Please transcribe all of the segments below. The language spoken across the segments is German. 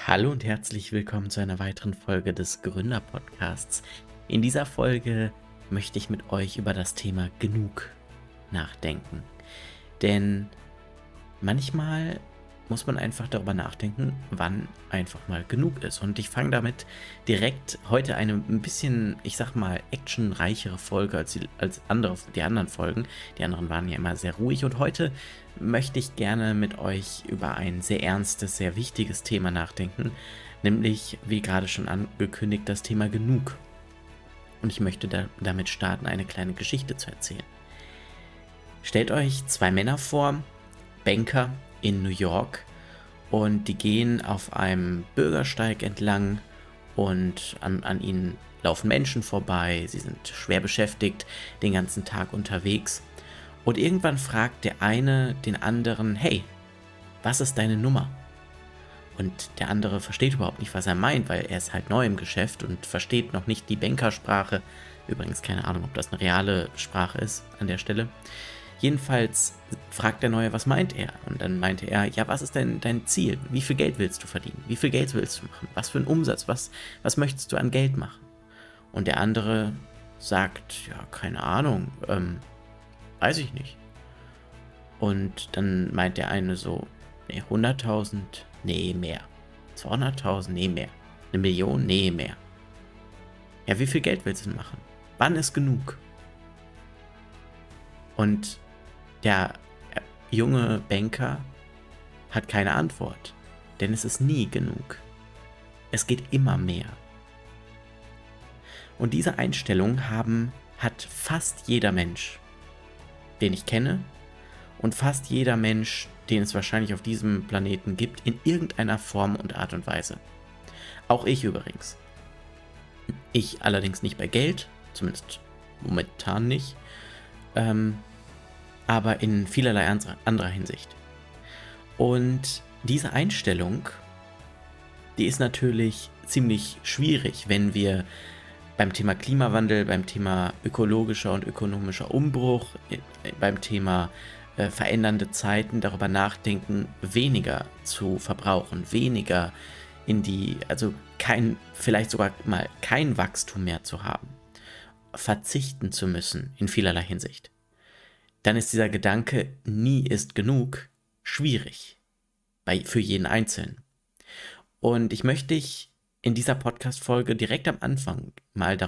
Hallo und herzlich willkommen zu einer weiteren Folge des Gründer-Podcasts. In dieser Folge möchte ich mit euch über das Thema Genug nachdenken. Denn manchmal muss man einfach darüber nachdenken, wann einfach mal genug ist. Und ich fange damit direkt heute eine ein bisschen, ich sag mal, actionreichere Folge als die anderen Folgen. Die anderen waren ja immer sehr ruhig. Und heute möchte ich gerne mit euch über ein sehr ernstes, sehr wichtiges Thema nachdenken. Nämlich, wie gerade schon angekündigt, das Thema Genug. Und ich möchte damit starten, eine kleine Geschichte zu erzählen. Stellt euch zwei Männer vor, Banker in New York, und die gehen auf einem Bürgersteig entlang und an ihnen laufen Menschen vorbei, sie sind schwer beschäftigt, den ganzen Tag unterwegs, und irgendwann fragt der eine den anderen: Hey, was ist deine Nummer? Und der andere versteht überhaupt nicht, was er meint, weil er ist halt neu im Geschäft und versteht noch nicht die Bankersprache. Übrigens keine Ahnung, ob das eine reale Sprache ist an der Stelle. Jedenfalls fragt der Neue, was meint er? Und dann meinte er: Ja, was ist denn dein Ziel? Wie viel Geld willst du verdienen? Wie viel Geld willst du machen? Was für einen Umsatz? Was möchtest du an Geld machen? Und der andere sagt: Ja, keine Ahnung, weiß ich nicht. Und dann meint der eine so: Nee, 100.000? Nee, mehr. 200.000? Nee, mehr. 1 Million? Nee, mehr. Ja, wie viel Geld willst du machen? Wann ist genug? Und der junge Banker hat keine Antwort, denn es ist nie genug. Es geht immer mehr. Und diese Einstellung hat fast jeder Mensch, den ich kenne, und fast jeder Mensch, den es wahrscheinlich auf diesem Planeten gibt, in irgendeiner Form und Art und Weise. Auch ich übrigens. Ich allerdings nicht bei Geld, zumindest momentan nicht, aber in vielerlei anderer Hinsicht. Und diese Einstellung, die ist natürlich ziemlich schwierig, wenn wir beim Thema Klimawandel, beim Thema ökologischer und ökonomischer Umbruch, beim Thema verändernde Zeiten darüber nachdenken, weniger zu verbrauchen, weniger vielleicht sogar mal kein Wachstum mehr zu haben, verzichten zu müssen in vielerlei Hinsicht. Dann ist dieser Gedanke, nie ist genug, schwierig für jeden Einzelnen. Und ich möchte dich in dieser Podcast-Folge direkt am Anfang mal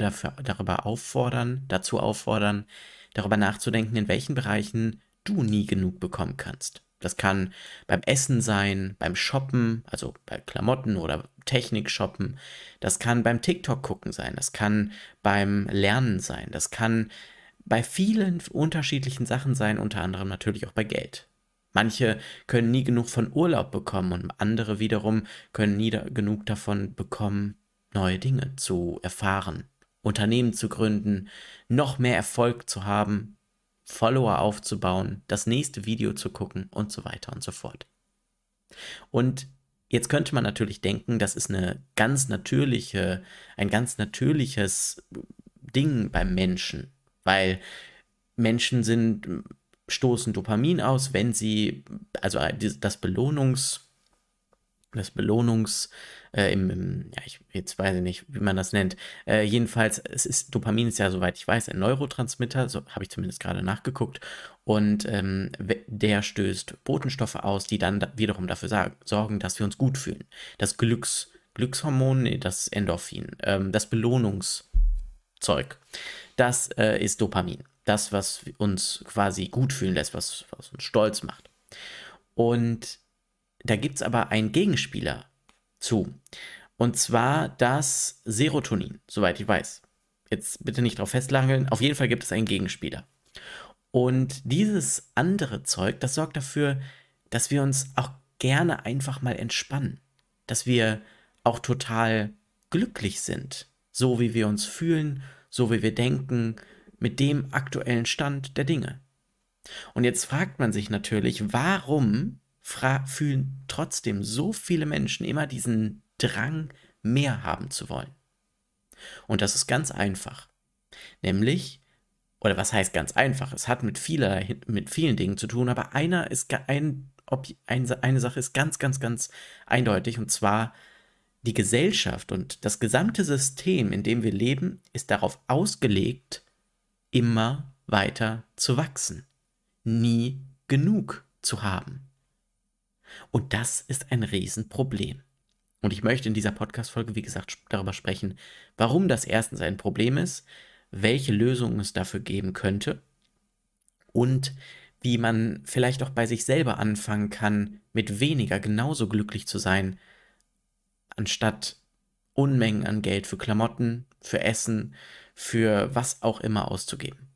dazu auffordern, darüber nachzudenken, in welchen Bereichen du nie genug bekommen kannst. Das kann beim Essen sein, beim Shoppen, also bei Klamotten oder Technik shoppen. Das kann beim TikTok gucken sein. Das kann beim Lernen sein. Das kann bei vielen unterschiedlichen Sachen sein, unter anderem natürlich auch bei Geld. Manche können nie genug von Urlaub bekommen und andere wiederum können nie genug davon bekommen, neue Dinge zu erfahren, Unternehmen zu gründen, noch mehr Erfolg zu haben, Follower aufzubauen, das nächste Video zu gucken und so weiter und so fort. Und jetzt könnte man natürlich denken, das ist ein ganz natürliches Ding beim Menschen, weil Menschen stoßen Dopamin aus, wenn sie, also das Belohnungs, jetzt weiß ich nicht, wie man das nennt. Jedenfalls, Dopamin ist ja, soweit ich weiß, ein Neurotransmitter, so habe ich zumindest gerade nachgeguckt. Und der stößt Botenstoffe aus, die dann wiederum dafür sorgen, dass wir uns gut fühlen. Das Glückshormon, nee, das Endorphin, das Belohnungszeug, das ist Dopamin. Das, was uns quasi gut fühlen lässt, was uns stolz macht. Und da gibt es aber einen Gegenspieler zu. Und zwar das Serotonin, soweit ich weiß. Jetzt bitte nicht drauf festnageln. Auf jeden Fall gibt es einen Gegenspieler. Und dieses andere Zeug, das sorgt dafür, dass wir uns auch gerne einfach mal entspannen. Dass wir auch total glücklich sind. So wie wir uns fühlen, so wie wir denken, mit dem aktuellen Stand der Dinge. Und jetzt fragt man sich natürlich, warum fühlen trotzdem so viele Menschen immer diesen Drang, mehr haben zu wollen? Und das ist ganz einfach. Nämlich, oder was heißt ganz einfach? Es hat mit vielen Dingen zu tun, aber ein eine Sache ist ganz, ganz, ganz eindeutig, und zwar die Gesellschaft und das gesamte System, in dem wir leben, ist darauf ausgelegt, immer weiter zu wachsen, nie genug zu haben. Und das ist ein Riesenproblem. Und ich möchte in dieser Podcast-Folge, wie gesagt, darüber sprechen, warum das erstens ein Problem ist, welche Lösungen es dafür geben könnte und wie man vielleicht auch bei sich selber anfangen kann, mit weniger genauso glücklich zu sein, anstatt Unmengen an Geld für Klamotten, für Essen, für was auch immer auszugeben.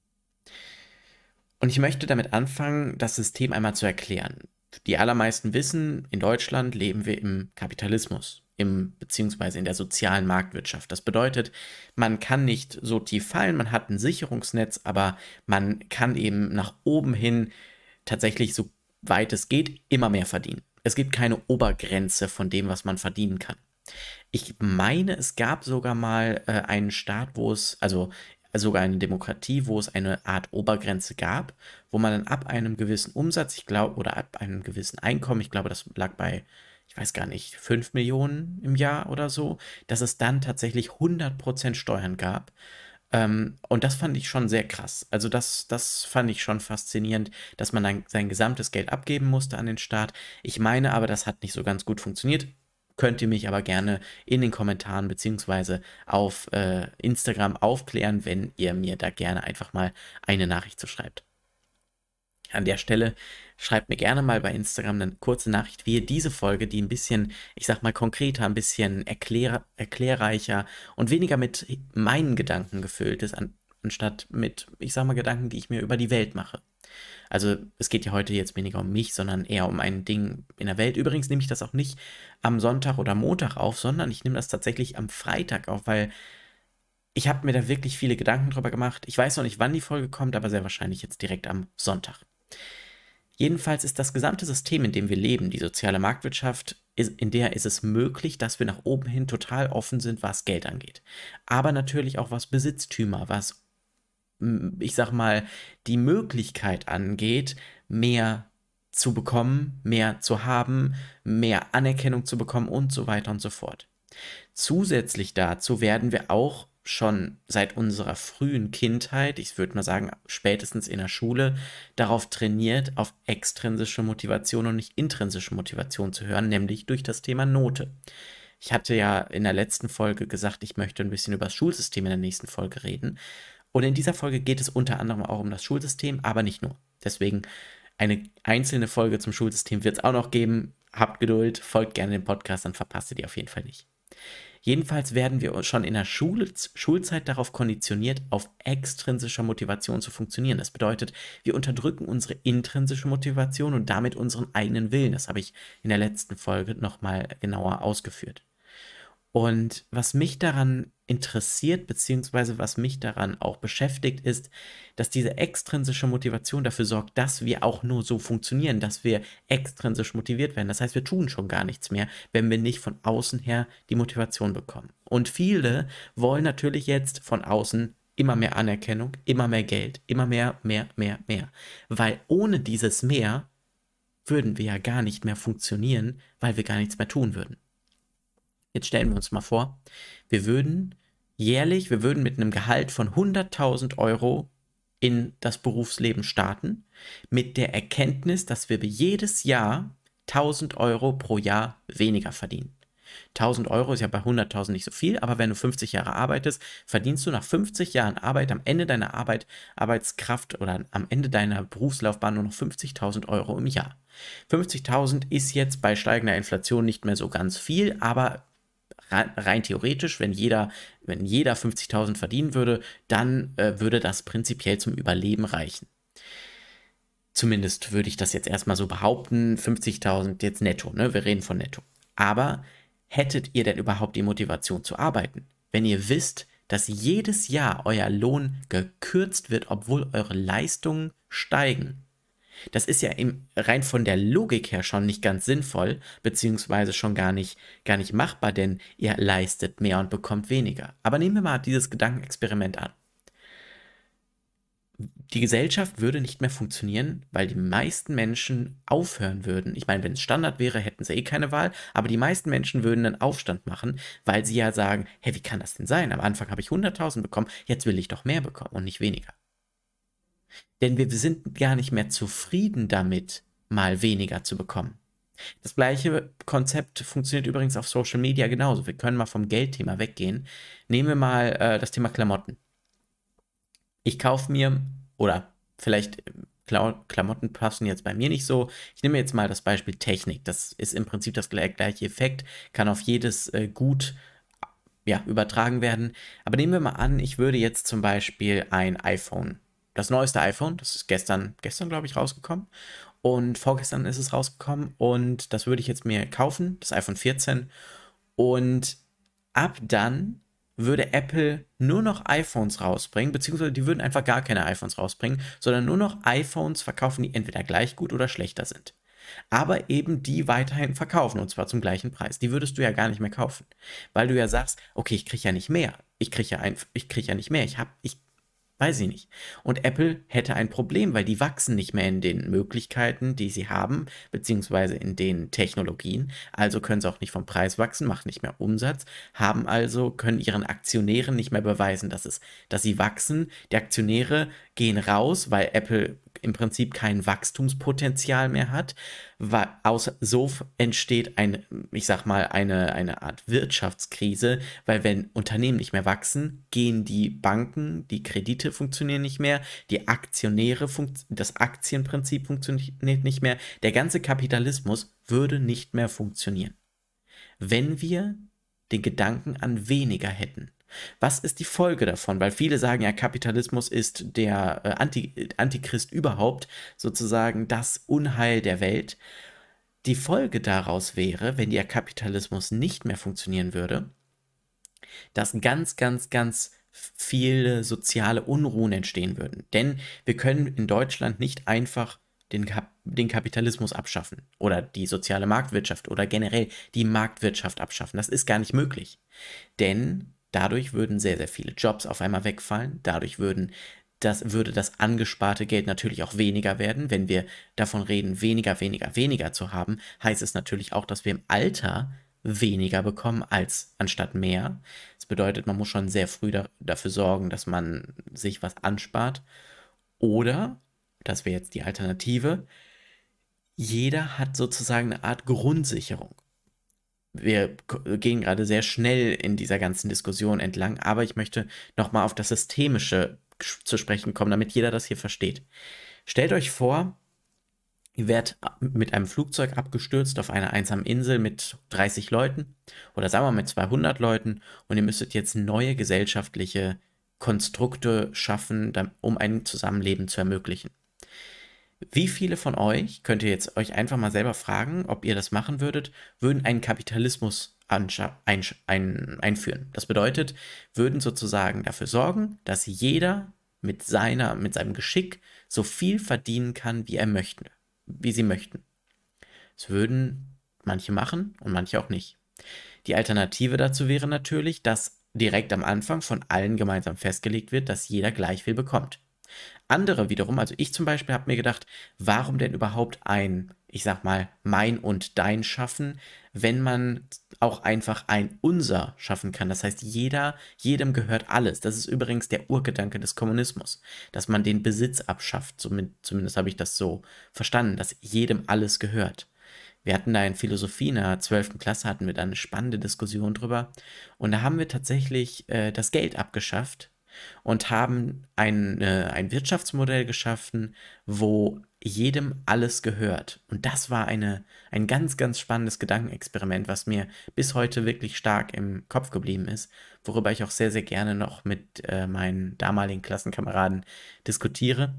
Und ich möchte damit anfangen, das System einmal zu erklären. Die allermeisten wissen, in Deutschland leben wir im Kapitalismus, beziehungsweise in der sozialen Marktwirtschaft. Das bedeutet, man kann nicht so tief fallen, man hat ein Sicherungsnetz, aber man kann eben nach oben hin tatsächlich, so weit es geht, immer mehr verdienen. Es gibt keine Obergrenze von dem, was man verdienen kann. Ich meine, es gab sogar mal einen Staat, wo es, also sogar eine Demokratie, wo es eine Art Obergrenze gab, wo man dann ab einem gewissen Umsatz, ich glaube, oder ab einem gewissen Einkommen, ich glaube, das lag bei, ich weiß gar nicht, 5 Millionen im Jahr oder so, dass es dann tatsächlich 100% Steuern gab. Und das fand ich schon sehr krass. Also das fand ich schon faszinierend, dass man dann sein gesamtes Geld abgeben musste an den Staat. Ich meine aber, das hat nicht so ganz gut funktioniert. Könnt ihr mich aber gerne in den Kommentaren beziehungsweise auf Instagram aufklären, wenn ihr mir da gerne einfach mal eine Nachricht zu schreibt. An der Stelle schreibt mir gerne mal bei Instagram eine kurze Nachricht, wie ihr diese Folge, die ein bisschen, ich sag mal, konkreter, ein bisschen erklärreicher und weniger mit meinen Gedanken gefüllt ist, anstatt mit, ich sag mal, Gedanken, die ich mir über die Welt mache. Also es geht ja heute jetzt weniger um mich, sondern eher um ein Ding in der Welt. Übrigens nehme ich das auch nicht am Sonntag oder Montag auf, sondern ich nehme das tatsächlich am Freitag auf, weil ich habe mir da wirklich viele Gedanken drüber gemacht. Ich weiß noch nicht, wann die Folge kommt, aber sehr wahrscheinlich jetzt direkt am Sonntag. Jedenfalls ist das gesamte System, in dem wir leben, die soziale Marktwirtschaft, in der ist es möglich, dass wir nach oben hin total offen sind, was Geld angeht. Aber natürlich auch was Besitztümer, was, ich sag mal, die Möglichkeit angeht, mehr zu bekommen, mehr zu haben, mehr Anerkennung zu bekommen und so weiter und so fort. Zusätzlich dazu werden wir auch schon seit unserer frühen Kindheit, ich würde mal sagen spätestens in der Schule, darauf trainiert, auf extrinsische Motivation und nicht intrinsische Motivation zu hören, nämlich durch das Thema Note. Ich hatte ja in der letzten Folge gesagt, ich möchte ein bisschen über das Schulsystem in der nächsten Folge reden. Und in dieser Folge geht es unter anderem auch um das Schulsystem, aber nicht nur. Deswegen eine einzelne Folge zum Schulsystem wird es auch noch geben. Habt Geduld, folgt gerne dem Podcast, dann verpasst ihr die auf jeden Fall nicht. Jedenfalls werden wir schon in der Schulzeit darauf konditioniert, auf extrinsischer Motivation zu funktionieren. Das bedeutet, wir unterdrücken unsere intrinsische Motivation und damit unseren eigenen Willen. Das habe ich in der letzten Folge nochmal genauer ausgeführt. Und was mich daran interessiert, beziehungsweise was mich daran auch beschäftigt, ist, dass diese extrinsische Motivation dafür sorgt, dass wir auch nur so funktionieren, dass wir extrinsisch motiviert werden. Das heißt, wir tun schon gar nichts mehr, wenn wir nicht von außen her die Motivation bekommen. Und viele wollen natürlich jetzt von außen immer mehr Anerkennung, immer mehr Geld, immer mehr, mehr, mehr, mehr. Weil ohne dieses Mehr würden wir ja gar nicht mehr funktionieren, weil wir gar nichts mehr tun würden. Jetzt stellen wir uns mal vor, wir würden mit einem Gehalt von 100.000 Euro in das Berufsleben starten, mit der Erkenntnis, dass wir jedes Jahr 1.000 Euro pro Jahr weniger verdienen. 1.000 Euro ist ja bei 100.000 nicht so viel, aber wenn du 50 Jahre arbeitest, verdienst du nach 50 Jahren Arbeit am Ende deiner Arbeitskraft oder am Ende deiner Berufslaufbahn nur noch 50.000 Euro im Jahr. 50.000 ist jetzt bei steigender Inflation nicht mehr so ganz viel, aber rein theoretisch, wenn jeder 50.000 verdienen würde, dann würde das prinzipiell zum Überleben reichen. Zumindest würde ich das jetzt erstmal so behaupten, 50.000 jetzt netto, ne? Wir reden von netto. Aber hättet ihr denn überhaupt die Motivation zu arbeiten, wenn ihr wisst, dass jedes Jahr euer Lohn gekürzt wird, obwohl eure Leistungen steigen? Das ist ja rein von der Logik her schon nicht ganz sinnvoll, beziehungsweise schon gar nicht machbar, denn ihr leistet mehr und bekommt weniger. Aber nehmen wir mal dieses Gedankenexperiment an. Die Gesellschaft würde nicht mehr funktionieren, weil die meisten Menschen aufhören würden. Ich meine, wenn es Standard wäre, hätten sie eh keine Wahl, aber die meisten Menschen würden einen Aufstand machen, weil sie ja sagen, hey, wie kann das denn sein? Am Anfang habe ich 100.000 bekommen, jetzt will ich doch mehr bekommen und nicht weniger. Denn wir sind gar nicht mehr zufrieden damit, mal weniger zu bekommen. Das gleiche Konzept funktioniert übrigens auf Social Media genauso. Wir können mal vom Geldthema weggehen. Nehmen wir mal das Thema Klamotten. Ich kaufe mir, oder vielleicht Klamotten passen jetzt bei mir nicht so. Ich nehme jetzt mal das Beispiel Technik. Das ist im Prinzip das gleiche Effekt, kann auf jedes Gut ja, übertragen werden. Aber nehmen wir mal an, ich würde jetzt zum Beispiel ein iPhone, das neueste iPhone, das ist gestern glaube ich, rausgekommen. Und vorgestern ist es rausgekommen. Und das würde ich jetzt mir kaufen, das iPhone 14. Und ab dann würde Apple nur noch iPhones rausbringen, beziehungsweise die würden einfach gar keine iPhones rausbringen, sondern nur noch iPhones verkaufen, die entweder gleich gut oder schlechter sind. Aber eben die weiterhin verkaufen und zwar zum gleichen Preis. Die würdest du ja gar nicht mehr kaufen, weil du ja sagst, okay, ich kriege ja nicht mehr. Ich kriege ja nicht mehr. Ich weiß ich nicht. Und Apple hätte ein Problem, weil die wachsen nicht mehr in den Möglichkeiten, die sie haben, beziehungsweise in den Technologien. Also können sie auch nicht vom Preis wachsen, machen nicht mehr Umsatz, können ihren Aktionären nicht mehr beweisen, dass sie wachsen. Die Aktionäre gehen raus, weil Apple im Prinzip kein Wachstumspotenzial mehr hat. So entsteht ich sag mal, eine Art Wirtschaftskrise, weil wenn Unternehmen nicht mehr wachsen, gehen die Banken, die Kredite funktionieren nicht mehr, das Aktienprinzip funktioniert nicht mehr, der ganze Kapitalismus würde nicht mehr funktionieren, wenn wir den Gedanken an weniger hätten. Was ist die Folge davon? Weil viele sagen ja, Kapitalismus ist der Antichrist überhaupt, sozusagen das Unheil der Welt. Die Folge daraus wäre, wenn der Kapitalismus nicht mehr funktionieren würde, dass ganz, ganz, ganz viele soziale Unruhen entstehen würden. Denn wir können in Deutschland nicht einfach den Kapitalismus abschaffen oder die soziale Marktwirtschaft oder generell die Marktwirtschaft abschaffen. Das ist gar nicht möglich. Denn dadurch würden sehr, sehr viele Jobs auf einmal wegfallen. Dadurch würde das angesparte Geld natürlich auch weniger werden. Wenn wir davon reden, weniger zu haben, heißt es natürlich auch, dass wir im Alter weniger bekommen als anstatt mehr. Das bedeutet, man muss schon sehr früh dafür sorgen, dass man sich was anspart. Oder, das wäre jetzt die Alternative, jeder hat sozusagen eine Art Grundsicherung. Wir gehen gerade sehr schnell in dieser ganzen Diskussion entlang, aber ich möchte nochmal auf das Systemische zu sprechen kommen, damit jeder das hier versteht. Stellt euch vor, ihr werdet mit einem Flugzeug abgestürzt auf einer einsamen Insel mit 30 Leuten oder sagen wir mit 200 Leuten und ihr müsstet jetzt neue gesellschaftliche Konstrukte schaffen, um ein Zusammenleben zu ermöglichen. Wie viele von euch, könnt ihr jetzt euch einfach mal selber fragen, ob ihr das machen würdet, würden einen Kapitalismus einführen? Das bedeutet, würden sozusagen dafür sorgen, dass jeder mit seinem Geschick so viel verdienen kann, wie sie möchten. Das würden manche machen und manche auch nicht. Die Alternative dazu wäre natürlich, dass direkt am Anfang von allen gemeinsam festgelegt wird, dass jeder gleich viel bekommt. Andere wiederum, also ich zum Beispiel, habe mir gedacht, warum denn überhaupt ich sag mal, mein und dein schaffen, wenn man auch einfach ein unser schaffen kann. Das heißt, jedem gehört alles. Das ist übrigens der Urgedanke des Kommunismus, dass man den Besitz abschafft. Zumindest habe ich das so verstanden, dass jedem alles gehört. Wir hatten da in Philosophie in der 12. Klasse, hatten wir da eine spannende Diskussion drüber. Und da haben wir tatsächlich das Geld abgeschafft und haben ein Wirtschaftsmodell geschaffen, wo jedem alles gehört. Und das war ein ganz, ganz spannendes Gedankenexperiment, was mir bis heute wirklich stark im Kopf geblieben ist, worüber ich auch sehr, sehr gerne noch mit meinen damaligen Klassenkameraden diskutiere,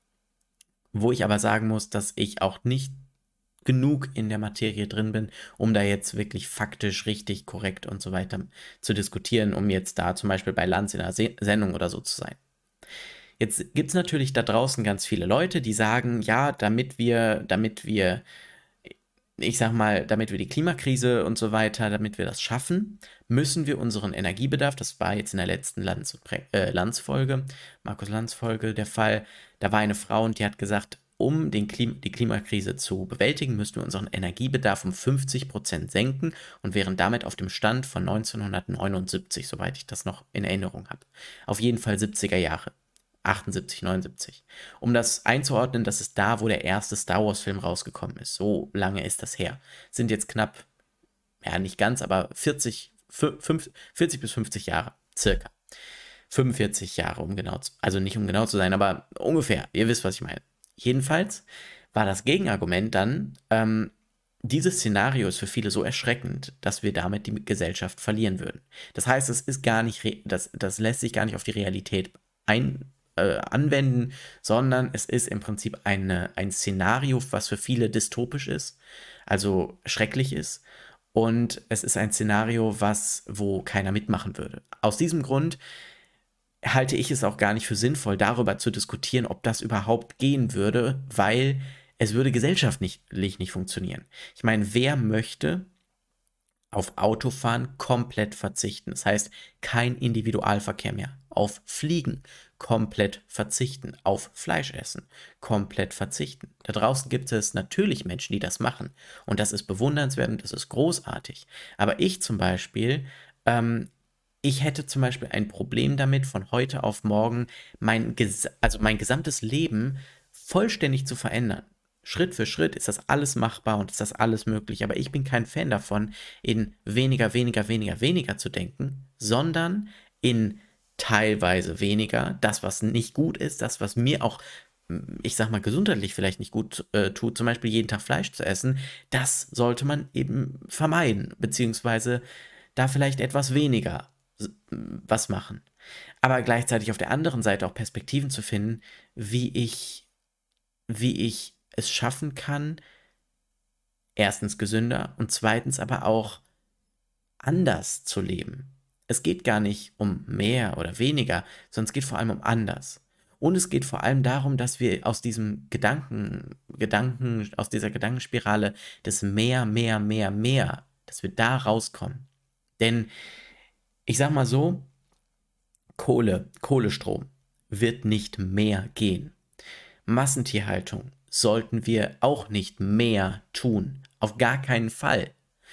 wo ich aber sagen muss, dass ich auch nicht genug in der Materie drin bin, um da jetzt wirklich faktisch richtig korrekt und so weiter zu diskutieren, um jetzt da zum Beispiel bei Lanz in einer Sendung oder so zu sein. Jetzt gibt es natürlich da draußen ganz viele Leute, die sagen, ja, damit wir ich sag mal, damit wir die Klimakrise und so weiter, damit wir das schaffen, müssen wir unseren Energiebedarf, das war jetzt in der letzten Lanz-Folge, Markus Lanz-Folge der Fall, da war eine Frau und die hat gesagt, um die Klimakrise zu bewältigen, müssen wir unseren Energiebedarf um 50% senken und wären damit auf dem Stand von 1979, soweit ich das noch in Erinnerung habe. Auf jeden Fall 70er Jahre. 78, 79. Um das einzuordnen, das ist da, wo der erste Star Wars-Film rausgekommen ist. So lange ist das her. Sind jetzt knapp, ja nicht ganz, aber 40 bis 50 Jahre, circa. 45 Jahre, also nicht um genau zu sein, aber ungefähr. Ihr wisst, was ich meine. Jedenfalls war das Gegenargument dann, dieses Szenario ist für viele so erschreckend, dass wir damit die Gesellschaft verlieren würden. Das heißt, es ist gar nicht, das lässt sich gar nicht auf die Realität anwenden, sondern es ist im Prinzip ein Szenario, was für viele dystopisch ist, also schrecklich ist. Und es ist ein Szenario, wo keiner mitmachen würde. Aus diesem Grund halte ich es auch gar nicht für sinnvoll, darüber zu diskutieren, ob das überhaupt gehen würde, weil es würde gesellschaftlich nicht funktionieren. Ich meine, wer möchte auf Autofahren komplett verzichten? Das heißt, kein Individualverkehr mehr. Auf Fliegen komplett verzichten. Auf Fleisch essen komplett verzichten. Da draußen gibt es natürlich Menschen, die das machen. Und das ist bewundernswert und das ist großartig. Aber ich zum Beispiel, ich hätte zum Beispiel ein Problem damit, von heute auf morgen mein gesamtes Leben vollständig zu verändern. Schritt für Schritt ist das alles machbar und ist das alles möglich, aber ich bin kein Fan davon, in weniger zu denken, sondern in teilweise weniger, das, was nicht gut ist, das, was mir auch, ich sag mal, gesundheitlich vielleicht nicht gut tut, zum Beispiel jeden Tag Fleisch zu essen, das sollte man eben vermeiden, beziehungsweise da vielleicht etwas weniger was machen. Aber gleichzeitig auf der anderen Seite auch Perspektiven zu finden, wie ich es schaffen kann, erstens gesünder und zweitens aber auch anders zu leben. Es geht gar nicht um mehr oder weniger, sondern es geht vor allem um anders. Und es geht vor allem darum, dass wir aus diesem aus dieser Gedankenspirale des mehr, dass wir da rauskommen. Denn ich sag mal so, Kohlestrom wird nicht mehr gehen. Massentierhaltung sollten wir auch nicht mehr tun. Auf gar keinen Fall.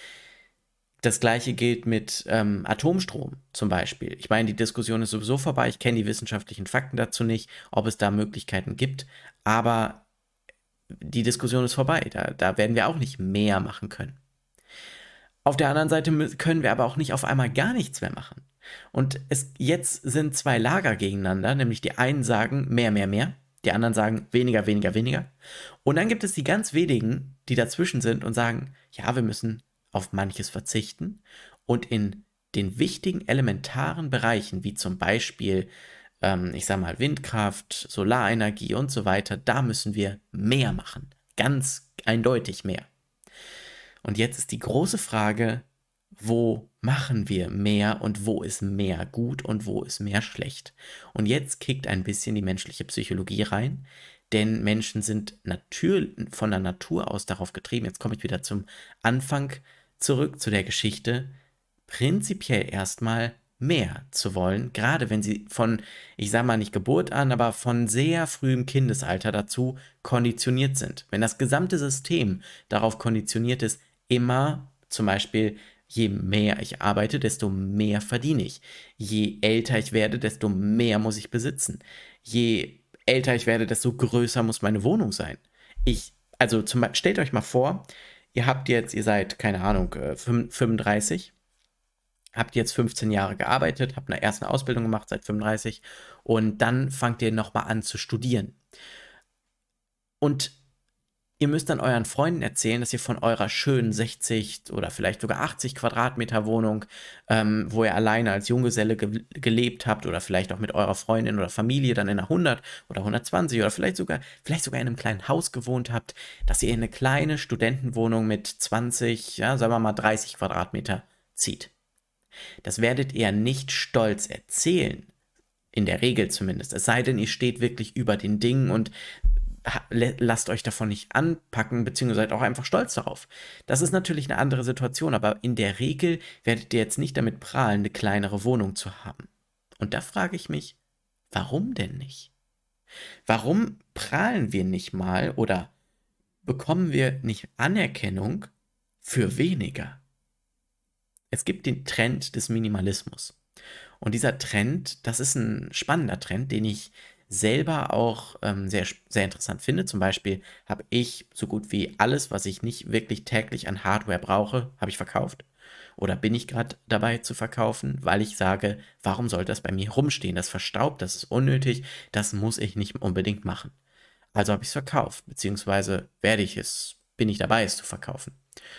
Das gleiche gilt mit Atomstrom zum Beispiel. Ich meine, die Diskussion ist sowieso vorbei. Ich kenne die wissenschaftlichen Fakten dazu nicht, ob es da Möglichkeiten gibt. Aber die Diskussion ist vorbei. Da werden wir auch nicht mehr machen können. Auf der anderen Seite können wir aber auch nicht auf einmal gar nichts mehr machen. Und jetzt sind zwei Lager gegeneinander, nämlich die einen sagen mehr, die anderen sagen weniger. Und dann gibt es die ganz wenigen, die dazwischen sind und sagen, ja, wir müssen auf manches verzichten und in den wichtigen elementaren Bereichen, wie zum Beispiel, ich sag mal, Windkraft, Solarenergie und so weiter, da müssen wir mehr machen. Ganz eindeutig mehr. Und jetzt ist die große Frage, wo machen wir mehr und wo ist mehr gut und wo ist mehr schlecht? Und jetzt kickt ein bisschen die menschliche Psychologie rein, denn Menschen sind von der Natur aus darauf getrieben, jetzt komme ich wieder zum Anfang zurück zu der Geschichte, prinzipiell erstmal mehr zu wollen, gerade wenn sie von, ich sage mal nicht Geburt an, aber von sehr frühem Kindesalter dazu konditioniert sind. Wenn das gesamte System darauf konditioniert ist, immer zum Beispiel, je mehr ich arbeite, desto mehr verdiene ich. Je älter ich werde, desto mehr muss ich besitzen. Je älter ich werde, desto größer muss meine Wohnung sein. Stellt euch mal vor, ihr seid, keine Ahnung, 35, habt jetzt 15 Jahre gearbeitet, habt erst eine Ausbildung gemacht, seit 35 und dann fangt ihr nochmal an zu studieren. Und ihr müsst dann euren Freunden erzählen, dass ihr von eurer schönen 60 oder vielleicht sogar 80 Quadratmeter Wohnung, wo ihr alleine als Junggeselle gelebt habt oder vielleicht auch mit eurer Freundin oder Familie dann in einer 100 oder 120 oder vielleicht sogar in einem kleinen Haus gewohnt habt, dass ihr in eine kleine Studentenwohnung mit 20, ja, sagen wir mal 30 Quadratmeter zieht. Das werdet ihr nicht stolz erzählen. In der Regel zumindest. Es sei denn, ihr steht wirklich über den Dingen und lasst euch davon nicht anpacken, beziehungsweise seid auch einfach stolz darauf. Das ist natürlich eine andere Situation, aber in der Regel werdet ihr jetzt nicht damit prahlen, eine kleinere Wohnung zu haben. Und da frage ich mich, warum denn nicht? Warum prahlen wir nicht mal oder bekommen wir nicht Anerkennung für weniger? Es gibt den Trend des Minimalismus. Und dieser Trend, das ist ein spannender Trend, den ich selber auch sehr, sehr interessant finde. Zum Beispiel habe ich so gut wie alles, was ich nicht wirklich täglich an Hardware brauche, habe ich verkauft. Oder bin ich gerade dabei zu verkaufen, weil ich sage, warum soll das bei mir rumstehen? Das verstaubt, das ist unnötig, das muss ich nicht unbedingt machen. Also habe ich es verkauft, beziehungsweise bin ich dabei, es zu verkaufen.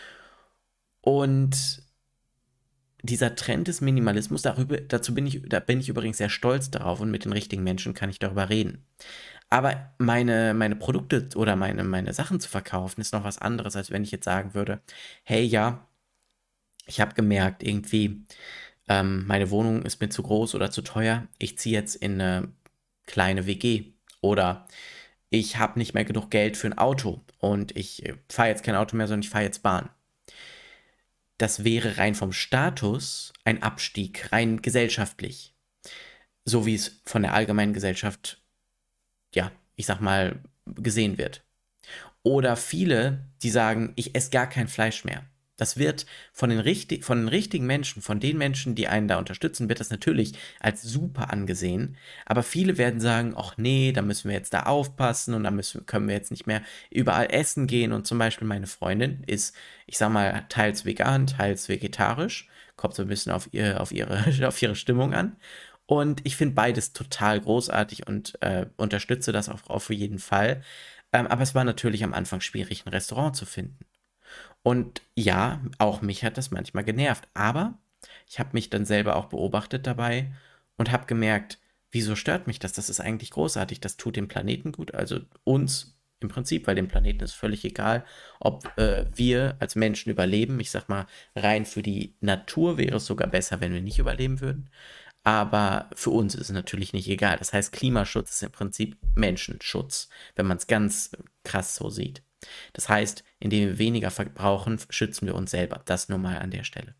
Und dieser Trend des Minimalismus, da bin ich übrigens sehr stolz darauf und mit den richtigen Menschen kann ich darüber reden. Aber meine Produkte oder meine Sachen zu verkaufen, ist noch was anderes, als wenn ich jetzt sagen würde, hey ja, ich habe gemerkt, irgendwie, meine Wohnung ist mir zu groß oder zu teuer, ich ziehe jetzt in eine kleine WG oder ich habe nicht mehr genug Geld für ein Auto und ich fahre jetzt kein Auto mehr, sondern ich fahre jetzt Bahn. Das wäre rein vom Status ein Abstieg, rein gesellschaftlich. So wie es von der allgemeinen Gesellschaft, ja, ich sag mal, gesehen wird. Oder viele, die sagen, ich esse gar kein Fleisch mehr. Das wird von den richtigen Menschen, von den Menschen, die einen da unterstützen, wird das natürlich als super angesehen. Aber viele werden sagen, ach nee, da müssen wir jetzt da aufpassen und können wir jetzt nicht mehr überall essen gehen. Und zum Beispiel meine Freundin ist, ich sag mal, teils vegan, teils vegetarisch. Kommt so ein bisschen auf ihre Stimmung an. Und ich finde beides total großartig und unterstütze das auch auf jeden Fall. Aber es war natürlich am Anfang schwierig, ein Restaurant zu finden. Und ja, auch mich hat das manchmal genervt. Aber ich habe mich dann selber auch beobachtet dabei und habe gemerkt, wieso stört mich das? Das ist eigentlich großartig. Das tut dem Planeten gut, also uns im Prinzip, weil dem Planeten ist völlig egal, ob wir als Menschen überleben. Ich sag mal, rein für die Natur wäre es sogar besser, wenn wir nicht überleben würden. Aber für uns ist es natürlich nicht egal. Das heißt, Klimaschutz ist im Prinzip Menschenschutz, wenn man es ganz krass so sieht. Das heißt, indem wir weniger verbrauchen, schützen wir uns selber. Das nur mal an der Stelle.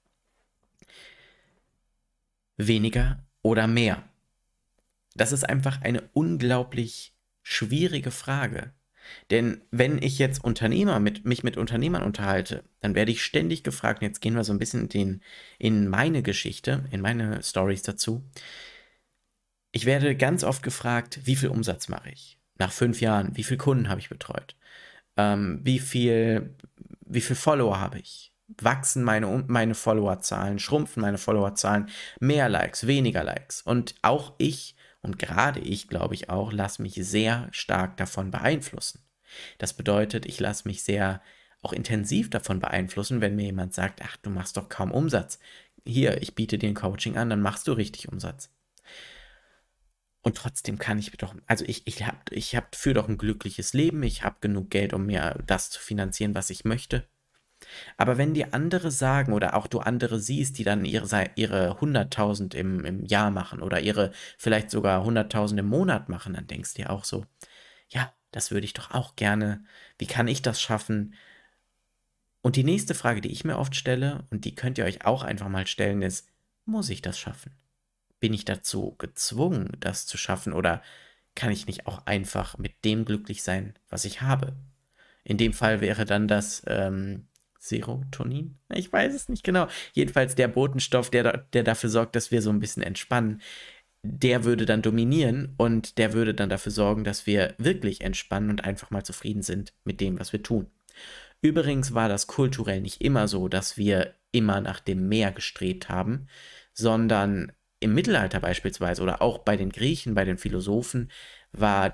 Weniger oder mehr? Das ist einfach eine unglaublich schwierige Frage. Denn wenn ich jetzt mich mit Unternehmern unterhalte, dann werde ich ständig gefragt, und jetzt gehen wir so ein bisschen in meine Geschichte, in meine Stories dazu. Ich werde ganz oft gefragt, wie viel Umsatz mache ich? Nach 5 Jahren, wie viele Kunden habe ich betreut? Wie viel Follower habe ich? Wachsen meine Followerzahlen, schrumpfen meine Followerzahlen, mehr Likes, weniger Likes. Und auch ich und gerade ich, glaube ich auch, lasse mich sehr stark davon beeinflussen. Das bedeutet, ich lasse mich sehr auch intensiv davon beeinflussen, wenn mir jemand sagt, ach, du machst doch kaum Umsatz. Hier, ich biete dir ein Coaching an, dann machst du richtig Umsatz. Und trotzdem kann ich doch, also führe doch ein glückliches Leben, ich habe genug Geld, um mir das zu finanzieren, was ich möchte. Aber wenn dir andere sagen oder auch du andere siehst, die dann ihre 100.000 im Jahr machen oder ihre vielleicht sogar 100.000 im Monat machen, dann denkst du dir auch so, ja, das würde ich doch auch gerne. Wie kann ich das schaffen? Und die nächste Frage, die ich mir oft stelle, und die könnt ihr euch auch einfach mal stellen, ist, muss ich das schaffen? Bin ich dazu gezwungen, das zu schaffen, oder kann ich nicht auch einfach mit dem glücklich sein, was ich habe? In dem Fall wäre dann das Serotonin? Ich weiß es nicht genau. Jedenfalls der Botenstoff, der dafür sorgt, dass wir so ein bisschen entspannen, der würde dann dominieren und der würde dann dafür sorgen, dass wir wirklich entspannen und einfach mal zufrieden sind mit dem, was wir tun. Übrigens war das kulturell nicht immer so, dass wir immer nach dem Meer gestrebt haben, sondern im Mittelalter beispielsweise oder auch bei den Griechen, bei den Philosophen war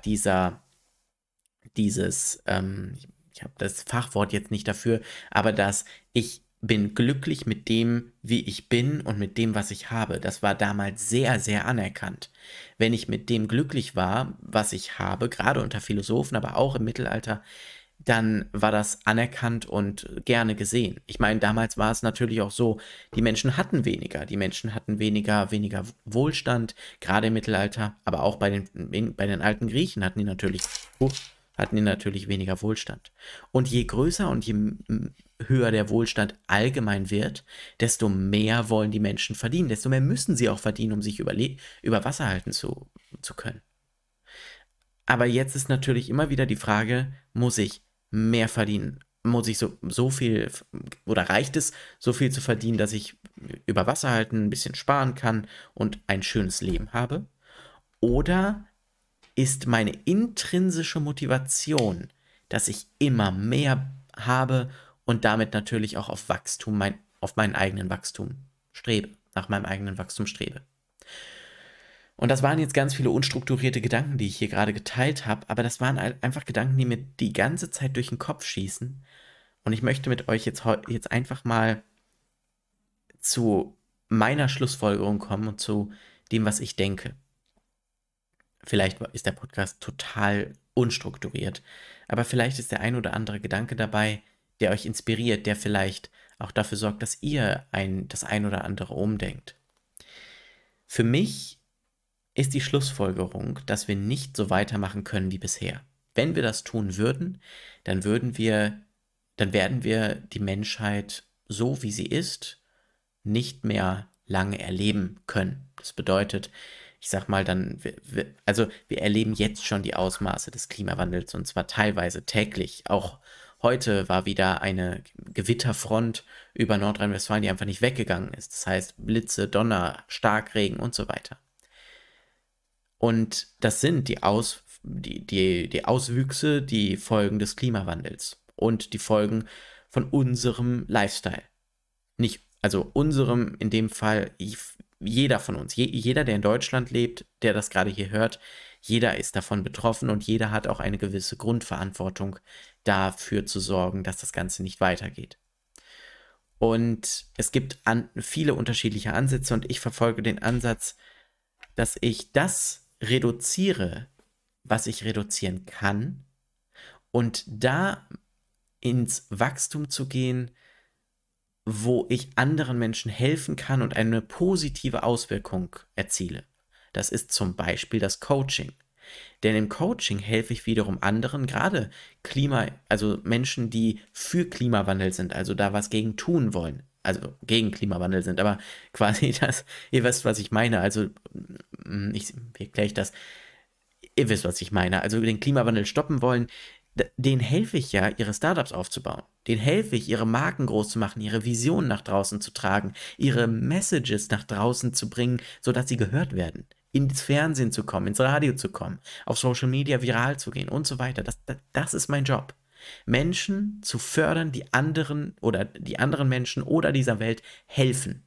ich habe das Fachwort jetzt nicht dafür, aber ich bin glücklich mit dem, wie ich bin und mit dem, was ich habe. Das war damals sehr, sehr anerkannt. Wenn ich mit dem glücklich war, was ich habe, gerade unter Philosophen, aber auch im Mittelalter, dann war das anerkannt und gerne gesehen. Ich meine, damals war es natürlich auch so, die Menschen hatten weniger Wohlstand, gerade im Mittelalter, aber auch bei den alten Griechen hatten die natürlich hatten die natürlich weniger Wohlstand. Und je größer und je höher der Wohlstand allgemein wird, desto mehr wollen die Menschen verdienen, desto mehr müssen sie auch verdienen, um sich über Wasser halten zu können. Aber jetzt ist natürlich immer wieder die Frage, muss ich mehr verdienen? Muss ich so viel oder reicht es, so viel zu verdienen, dass ich über Wasser halten, ein bisschen sparen kann und ein schönes Leben habe? Oder ist meine intrinsische Motivation, dass ich immer mehr habe und damit natürlich auch auf Wachstum, auf meinen eigenen Wachstum strebe, nach meinem eigenen Wachstum strebe? Und das waren jetzt ganz viele unstrukturierte Gedanken, die ich hier gerade geteilt habe, aber das waren einfach Gedanken, die mir die ganze Zeit durch den Kopf schießen. Und ich möchte mit euch jetzt einfach mal zu meiner Schlussfolgerung kommen und zu dem, was ich denke. Vielleicht ist der Podcast total unstrukturiert, aber vielleicht ist der ein oder andere Gedanke dabei, der euch inspiriert, der vielleicht auch dafür sorgt, dass ihr das ein oder andere umdenkt. Für mich ist die Schlussfolgerung, dass wir nicht so weitermachen können wie bisher. Wenn wir das tun würden, dann werden wir die Menschheit so wie sie ist nicht mehr lange erleben können. Das bedeutet, ich sag mal wir erleben jetzt schon die Ausmaße des Klimawandels und zwar teilweise täglich. Auch heute war wieder eine Gewitterfront über Nordrhein-Westfalen, die einfach nicht weggegangen ist. Das heißt Blitze, Donner, Starkregen und so weiter. Und das sind die Auswüchse, die Folgen des Klimawandels und die Folgen von unserem Lifestyle. Nicht, also unserem, in dem Fall, jeder von uns, jeder, der in Deutschland lebt, der das gerade hier hört, jeder ist davon betroffen und jeder hat auch eine gewisse Grundverantwortung dafür zu sorgen, dass das Ganze nicht weitergeht. Und es gibt viele unterschiedliche Ansätze und ich verfolge den Ansatz, dass ich das reduziere, was ich reduzieren kann und da ins Wachstum zu gehen, wo ich anderen Menschen helfen kann und eine positive Auswirkung erziele. Das ist zum Beispiel das Coaching. Denn im Coaching helfe ich wiederum anderen, gerade also Menschen, die für Klimawandel sind, also da was gegen tun wollen, also gegen Klimawandel sind, aber quasi ihr wisst, was ich meine, also wie erkläre ich das? Ihr wisst, was ich meine, also den Klimawandel stoppen wollen, denen helfe ich ja, ihre Startups aufzubauen. Denen helfe ich, ihre Marken groß zu machen, ihre Visionen nach draußen zu tragen, ihre Messages nach draußen zu bringen, sodass sie gehört werden. Ins Fernsehen zu kommen, ins Radio zu kommen, auf Social Media viral zu gehen und so weiter. Das ist mein Job. Menschen zu fördern, die anderen Menschen oder dieser Welt helfen.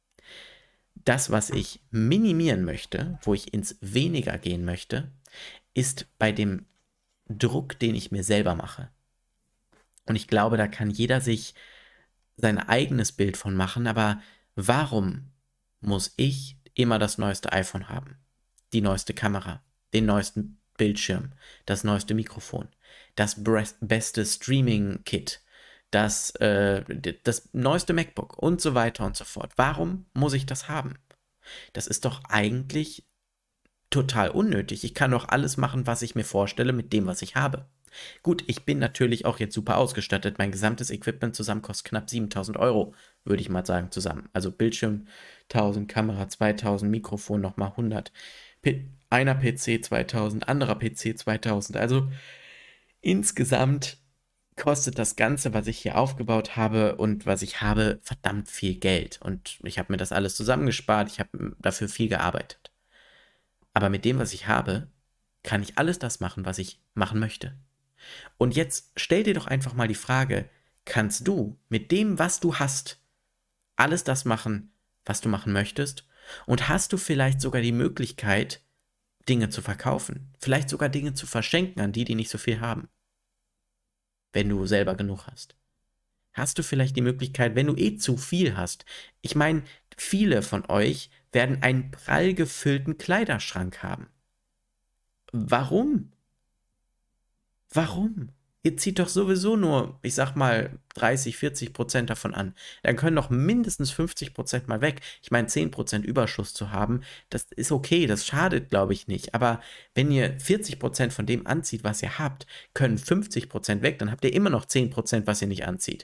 Das, was ich minimieren möchte, wo ich ins Weniger gehen möchte, ist bei dem Druck, den ich mir selber mache. Und ich glaube, da kann jeder sich sein eigenes Bild von machen, aber warum muss ich immer das neueste iPhone haben? Die neueste Kamera, den neuesten Bildschirm, das neueste Mikrofon, das beste Streaming-Kit, das neueste MacBook und so weiter und so fort. Warum muss ich das haben? Das ist doch eigentlich total unnötig. Ich kann doch alles machen, was ich mir vorstelle, mit dem, was ich habe. Gut, ich bin natürlich auch jetzt super ausgestattet. Mein gesamtes Equipment zusammen kostet knapp 7.000 Euro, würde ich mal sagen, zusammen. Also Bildschirm 1.000, Kamera 2.000, Mikrofon nochmal 100. Einer PC 2.000, anderer PC 2.000. Also insgesamt kostet das Ganze, was ich hier aufgebaut habe und was ich habe, verdammt viel Geld. Und ich habe mir das alles zusammengespart. Ich habe dafür viel gearbeitet. Aber mit dem, was ich habe, kann ich alles das machen, was ich machen möchte. Und jetzt stell dir doch einfach mal die Frage, kannst du mit dem, was du hast, alles das machen, was du machen möchtest? Und hast du vielleicht sogar die Möglichkeit, Dinge zu verkaufen? Vielleicht sogar Dinge zu verschenken an die, die nicht so viel haben? Wenn du selber genug hast. Hast du vielleicht die Möglichkeit, wenn du zu viel hast? Ich meine, viele von euch werden einen prall gefüllten Kleiderschrank haben. Warum? Warum? Ihr zieht doch sowieso nur, ich sag mal, 30-40% davon an. Dann können doch mindestens 50% mal weg. Ich meine, 10% Überschuss zu haben, das ist okay, das schadet, glaube ich, nicht. Aber wenn ihr 40% von dem anzieht, was ihr habt, können 50% weg, dann habt ihr immer noch 10%, was ihr nicht anzieht.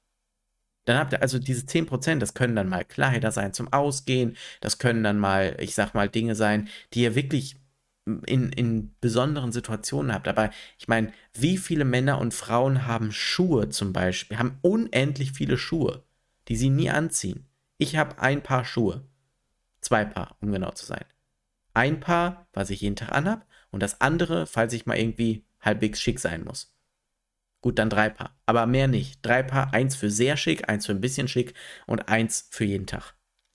Dann habt ihr also diese 10%, das können dann mal Kleider sein zum Ausgehen, das können dann mal, ich sag mal, Dinge sein, die ihr wirklich in besonderen Situationen habt. Aber ich meine, wie viele Männer und Frauen haben Schuhe zum Beispiel, haben unendlich viele Schuhe, die sie nie anziehen. Ich habe ein Paar Schuhe. Zwei Paar, um genau zu sein. Ein Paar, was ich jeden Tag anhab, und das andere, falls ich mal irgendwie halbwegs schick sein muss. Gut, dann drei Paar. Aber mehr nicht. Drei Paar, eins für sehr schick, eins für ein bisschen schick und eins für jeden Tag.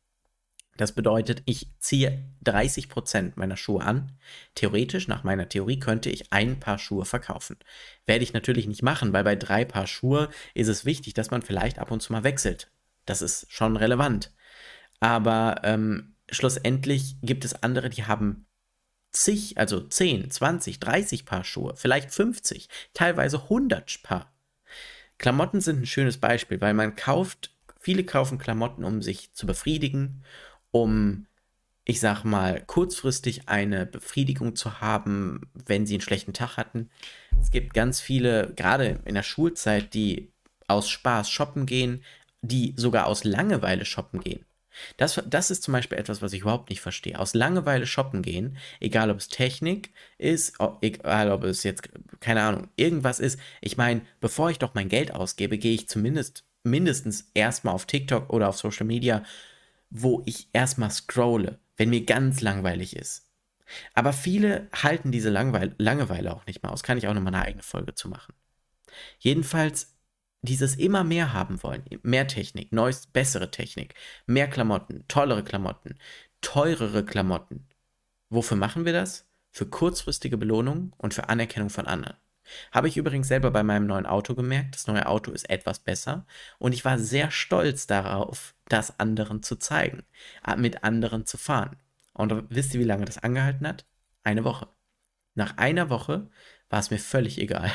Das bedeutet, ich ziehe 30% meiner Schuhe an. Theoretisch, nach meiner Theorie, könnte ich ein Paar Schuhe verkaufen. Werde ich natürlich nicht machen, weil bei 3 Paar Schuhe ist es wichtig, dass man vielleicht ab und zu mal wechselt. Das ist schon relevant. Aber schlussendlich gibt es andere, die haben zig, also 10, 20, 30 Paar Schuhe, vielleicht 50, teilweise 100 Paar. Klamotten sind ein schönes Beispiel, weil viele kaufen Klamotten, um sich zu befriedigen, um, ich sag mal, kurzfristig eine Befriedigung zu haben, wenn sie einen schlechten Tag hatten. Es gibt ganz viele, gerade in der Schulzeit, die aus Spaß shoppen gehen, die sogar aus Langeweile shoppen gehen. Das ist zum Beispiel etwas, was ich überhaupt nicht verstehe. Aus Langeweile shoppen gehen, egal ob es Technik ist, egal ob es jetzt, keine Ahnung, irgendwas ist. Ich meine, bevor ich doch mein Geld ausgebe, gehe ich zumindest mindestens erstmal auf TikTok oder auf Social Media, wo ich erstmal scrolle, wenn mir ganz langweilig ist. Aber viele halten diese Langeweile auch nicht mehr aus. Kann ich auch nochmal eine eigene Folge zu machen. Jedenfalls dieses immer mehr haben wollen, mehr Technik, neues, bessere Technik, mehr Klamotten, tollere Klamotten, teurere Klamotten. Wofür machen wir das? Für kurzfristige Belohnung und für Anerkennung von anderen. Habe ich übrigens selber bei meinem neuen Auto gemerkt. Das neue Auto ist etwas besser und ich war sehr stolz darauf, das anderen zu zeigen, mit anderen zu fahren. Und wisst ihr, wie lange das angehalten hat? Eine Woche. Nach einer Woche war es mir völlig egal.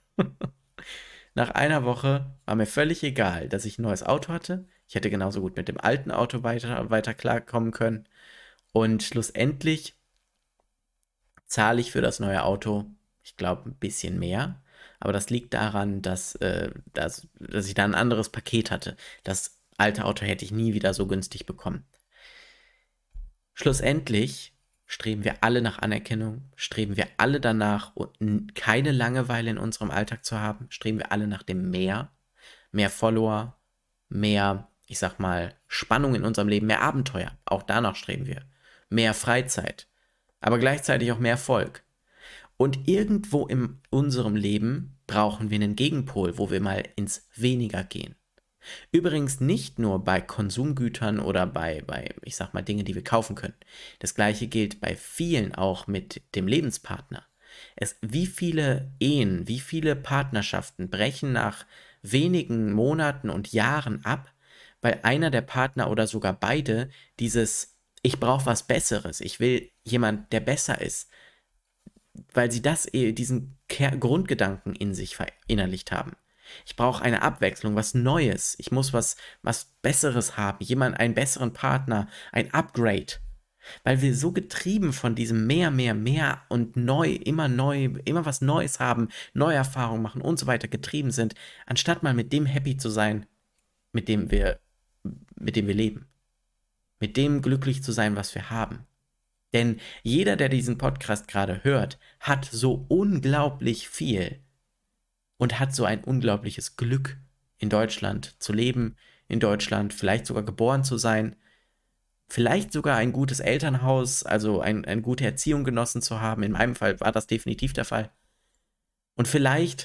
Nach einer Woche war mir völlig egal, dass ich ein neues Auto hatte. Ich hätte genauso gut mit dem alten Auto weiter klarkommen können. Und schlussendlich zahle ich für das neue Auto, ich glaube, ein bisschen mehr. Aber das liegt daran, dass ich da ein anderes Paket hatte. Das alte Auto hätte ich nie wieder so günstig bekommen. Schlussendlich streben wir alle nach Anerkennung, streben wir alle danach, keine Langeweile in unserem Alltag zu haben, streben wir alle nach dem Mehr, mehr Follower, mehr, ich sag mal, Spannung in unserem Leben, mehr Abenteuer, auch danach streben wir, mehr Freizeit, aber gleichzeitig auch mehr Erfolg. Und irgendwo in unserem Leben brauchen wir einen Gegenpol, wo wir mal ins Weniger gehen. Übrigens nicht nur bei Konsumgütern oder ich sag mal, Dinge, die wir kaufen können. Das gleiche gilt bei vielen auch mit dem Lebenspartner. Wie viele Ehen, wie viele Partnerschaften brechen nach wenigen Monaten und Jahren ab, weil einer der Partner oder sogar beide ich brauche was Besseres, ich will jemand, der besser ist, weil sie diesen Grundgedanken in sich verinnerlicht haben. Ich brauche eine Abwechslung, was Neues. Ich muss was Besseres haben, einen besseren Partner, ein Upgrade. Weil wir so getrieben von diesem mehr und neu, immer was Neues haben, neue Erfahrungen machen und so weiter getrieben sind, anstatt mal mit dem happy zu sein, mit dem wir, mit dem wir leben. Mit dem glücklich zu sein, was wir haben. Denn jeder, der diesen Podcast gerade hört, hat so unglaublich viel und hat so ein unglaubliches Glück, in Deutschland zu leben, in Deutschland vielleicht sogar geboren zu sein, vielleicht sogar ein gutes Elternhaus, also eine gute Erziehung genossen zu haben. In meinem Fall war das definitiv der Fall. Und vielleicht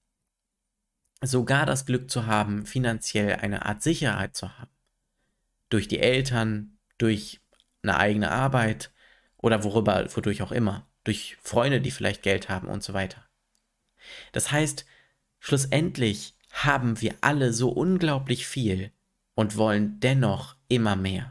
sogar das Glück zu haben, finanziell eine Art Sicherheit zu haben. Durch die Eltern, durch eine eigene Arbeit oder wodurch auch immer. Durch Freunde, die vielleicht Geld haben und so weiter. Das heißt, schlussendlich haben wir alle so unglaublich viel und wollen dennoch immer mehr.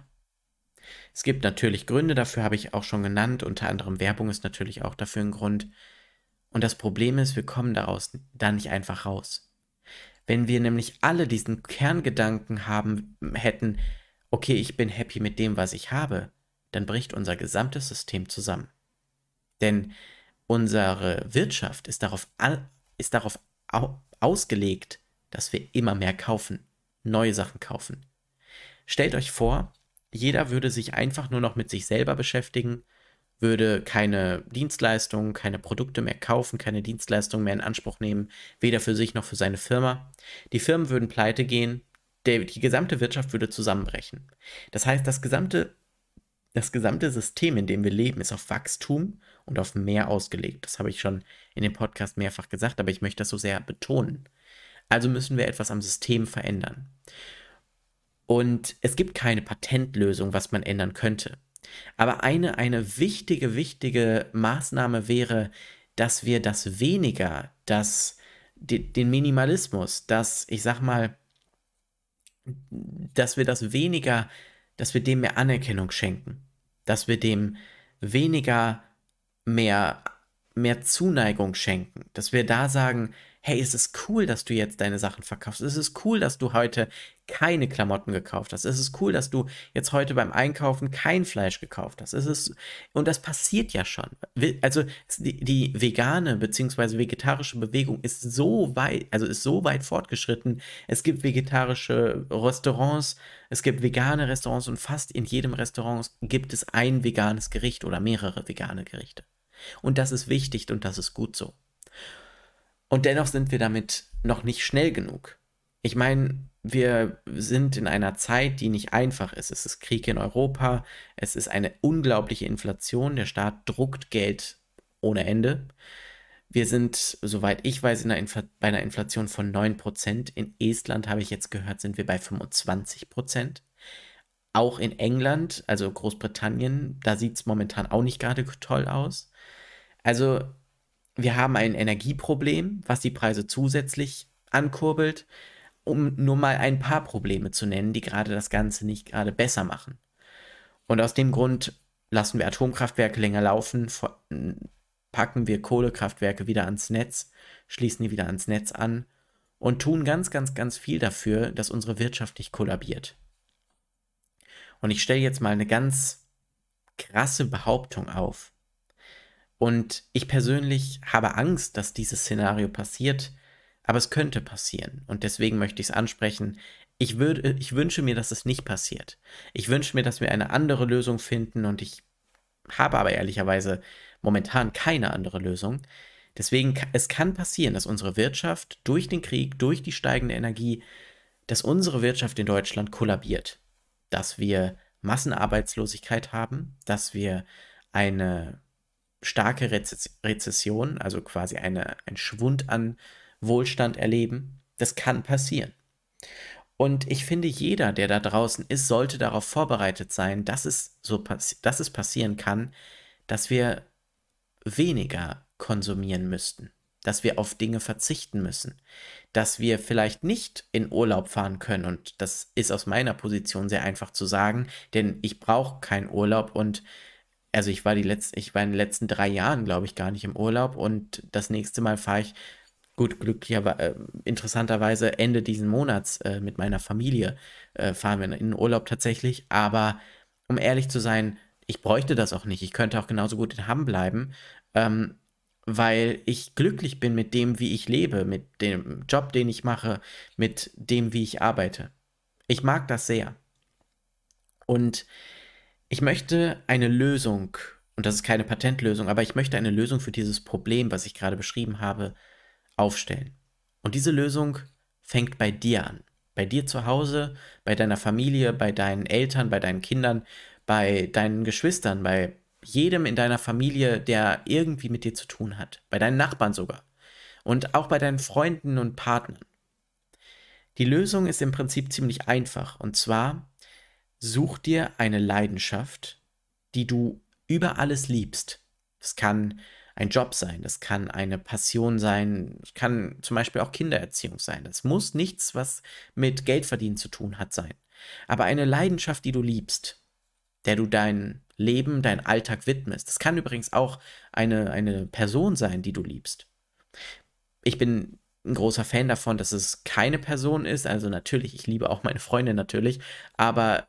Es gibt natürlich Gründe dafür, habe ich auch schon genannt. Unter anderem Werbung ist natürlich auch dafür ein Grund. Und das Problem ist, wir kommen da nicht einfach raus. Wenn wir nämlich alle diesen Kerngedanken hätten, okay, ich bin happy mit dem, was ich habe, dann bricht unser gesamtes System zusammen. Denn unsere Wirtschaft ist darauf ausgelegt, dass wir immer mehr kaufen, neue Sachen kaufen. Stellt euch vor, jeder würde sich einfach nur noch mit sich selber beschäftigen, würde keine Dienstleistungen, keine Produkte mehr kaufen, keine Dienstleistungen mehr in Anspruch nehmen, weder für sich noch für seine Firma. Die Firmen würden pleite gehen, die gesamte Wirtschaft würde zusammenbrechen. Das heißt, das gesamte System, in dem wir leben, ist auf Wachstum und auf mehr ausgelegt. Das habe ich schon in dem Podcast mehrfach gesagt, aber ich möchte das so sehr betonen. Also müssen wir etwas am System verändern. Und es gibt keine Patentlösung, was man ändern könnte. Aber eine wichtige Maßnahme wäre, dass wir das weniger, den Minimalismus, ich sag mal, dass wir das weniger, dass wir dem mehr Anerkennung schenken, dass wir dem weniger mehr Zuneigung schenken, dass wir da sagen, hey, es ist cool, dass du jetzt deine Sachen verkaufst. Es ist cool, dass du heute keine Klamotten gekauft hast. Es ist cool, dass du jetzt heute beim Einkaufen kein Fleisch gekauft hast. Und das passiert ja schon. Also die vegane bzw. vegetarische Bewegung ist so weit fortgeschritten. Es gibt vegetarische Restaurants, es gibt vegane Restaurants und fast in jedem Restaurant gibt es ein veganes Gericht oder mehrere vegane Gerichte. Und das ist wichtig und das ist gut so. Und dennoch sind wir damit noch nicht schnell genug. Ich meine, wir sind in einer Zeit, die nicht einfach ist. Es ist Krieg in Europa, es ist eine unglaubliche Inflation, der Staat druckt Geld ohne Ende. Wir sind, soweit ich weiß, bei einer Inflation von 9%. In Estland, habe ich jetzt gehört, sind wir bei 25%. Auch in England, also Großbritannien, da sieht es momentan auch nicht gerade toll aus. Also wir haben ein Energieproblem, was die Preise zusätzlich ankurbelt, um nur mal ein paar Probleme zu nennen, die gerade das Ganze nicht gerade besser machen. Und aus dem Grund lassen wir Atomkraftwerke länger laufen, packen wir Kohlekraftwerke wieder ans Netz, schließen die wieder ans Netz an und tun ganz viel dafür, dass unsere Wirtschaft nicht kollabiert. Und ich stelle jetzt mal eine ganz krasse Behauptung auf. Und ich persönlich habe Angst, dass dieses Szenario passiert, aber es könnte passieren. Und deswegen möchte ich es ansprechen. Ich wünsche mir, dass es nicht passiert. Ich wünsche mir, dass wir eine andere Lösung finden und ich habe aber ehrlicherweise momentan keine andere Lösung. Deswegen, es kann passieren, dass unsere Wirtschaft durch den Krieg, durch die steigende Energie, dass unsere Wirtschaft in Deutschland kollabiert. Dass wir Massenarbeitslosigkeit haben, dass wir eine starke Rezession, also quasi ein Schwund an Wohlstand erleben. Das kann passieren. Und ich finde, jeder, der da draußen ist, sollte darauf vorbereitet sein, dass es passieren kann, dass wir weniger konsumieren müssten, dass wir auf Dinge verzichten müssen, dass wir vielleicht nicht in Urlaub fahren können. Und das ist aus meiner Position sehr einfach zu sagen, denn ich brauche keinen Urlaub und also ich war in den letzten 3 Jahren, glaube ich, gar nicht im Urlaub und das nächste Mal fahre ich, gut, interessanterweise Ende diesen Monats mit meiner Familie fahren wir in den Urlaub tatsächlich, aber um ehrlich zu sein, ich bräuchte das auch nicht. Ich könnte auch genauso gut in Hamm bleiben, ähm, weil ich glücklich bin mit dem, wie ich lebe, mit dem Job, den ich mache, mit dem, wie ich arbeite. Ich mag das sehr. Und ich möchte eine Lösung, und das ist keine Patentlösung, aber ich möchte eine Lösung für dieses Problem, was ich gerade beschrieben habe, aufstellen. Und diese Lösung fängt bei dir an. Bei dir zu Hause, bei deiner Familie, bei deinen Eltern, bei deinen Kindern, bei deinen Geschwistern, bei jedem in deiner Familie, der irgendwie mit dir zu tun hat. Bei deinen Nachbarn sogar. Und auch bei deinen Freunden und Partnern. Die Lösung ist im Prinzip ziemlich einfach. Und zwar such dir eine Leidenschaft, die du über alles liebst. Das kann ein Job sein, das kann eine Passion sein, das kann zum Beispiel auch Kindererziehung sein. Das muss nichts, was mit Geldverdienen zu tun hat, sein. Aber eine Leidenschaft, die du liebst, der du dein Leben, deinen Alltag widmest. Das kann übrigens auch eine Person sein, die du liebst. Ich bin ein großer Fan davon, dass es keine Person ist. Also natürlich, ich liebe auch meine Freundin natürlich, aber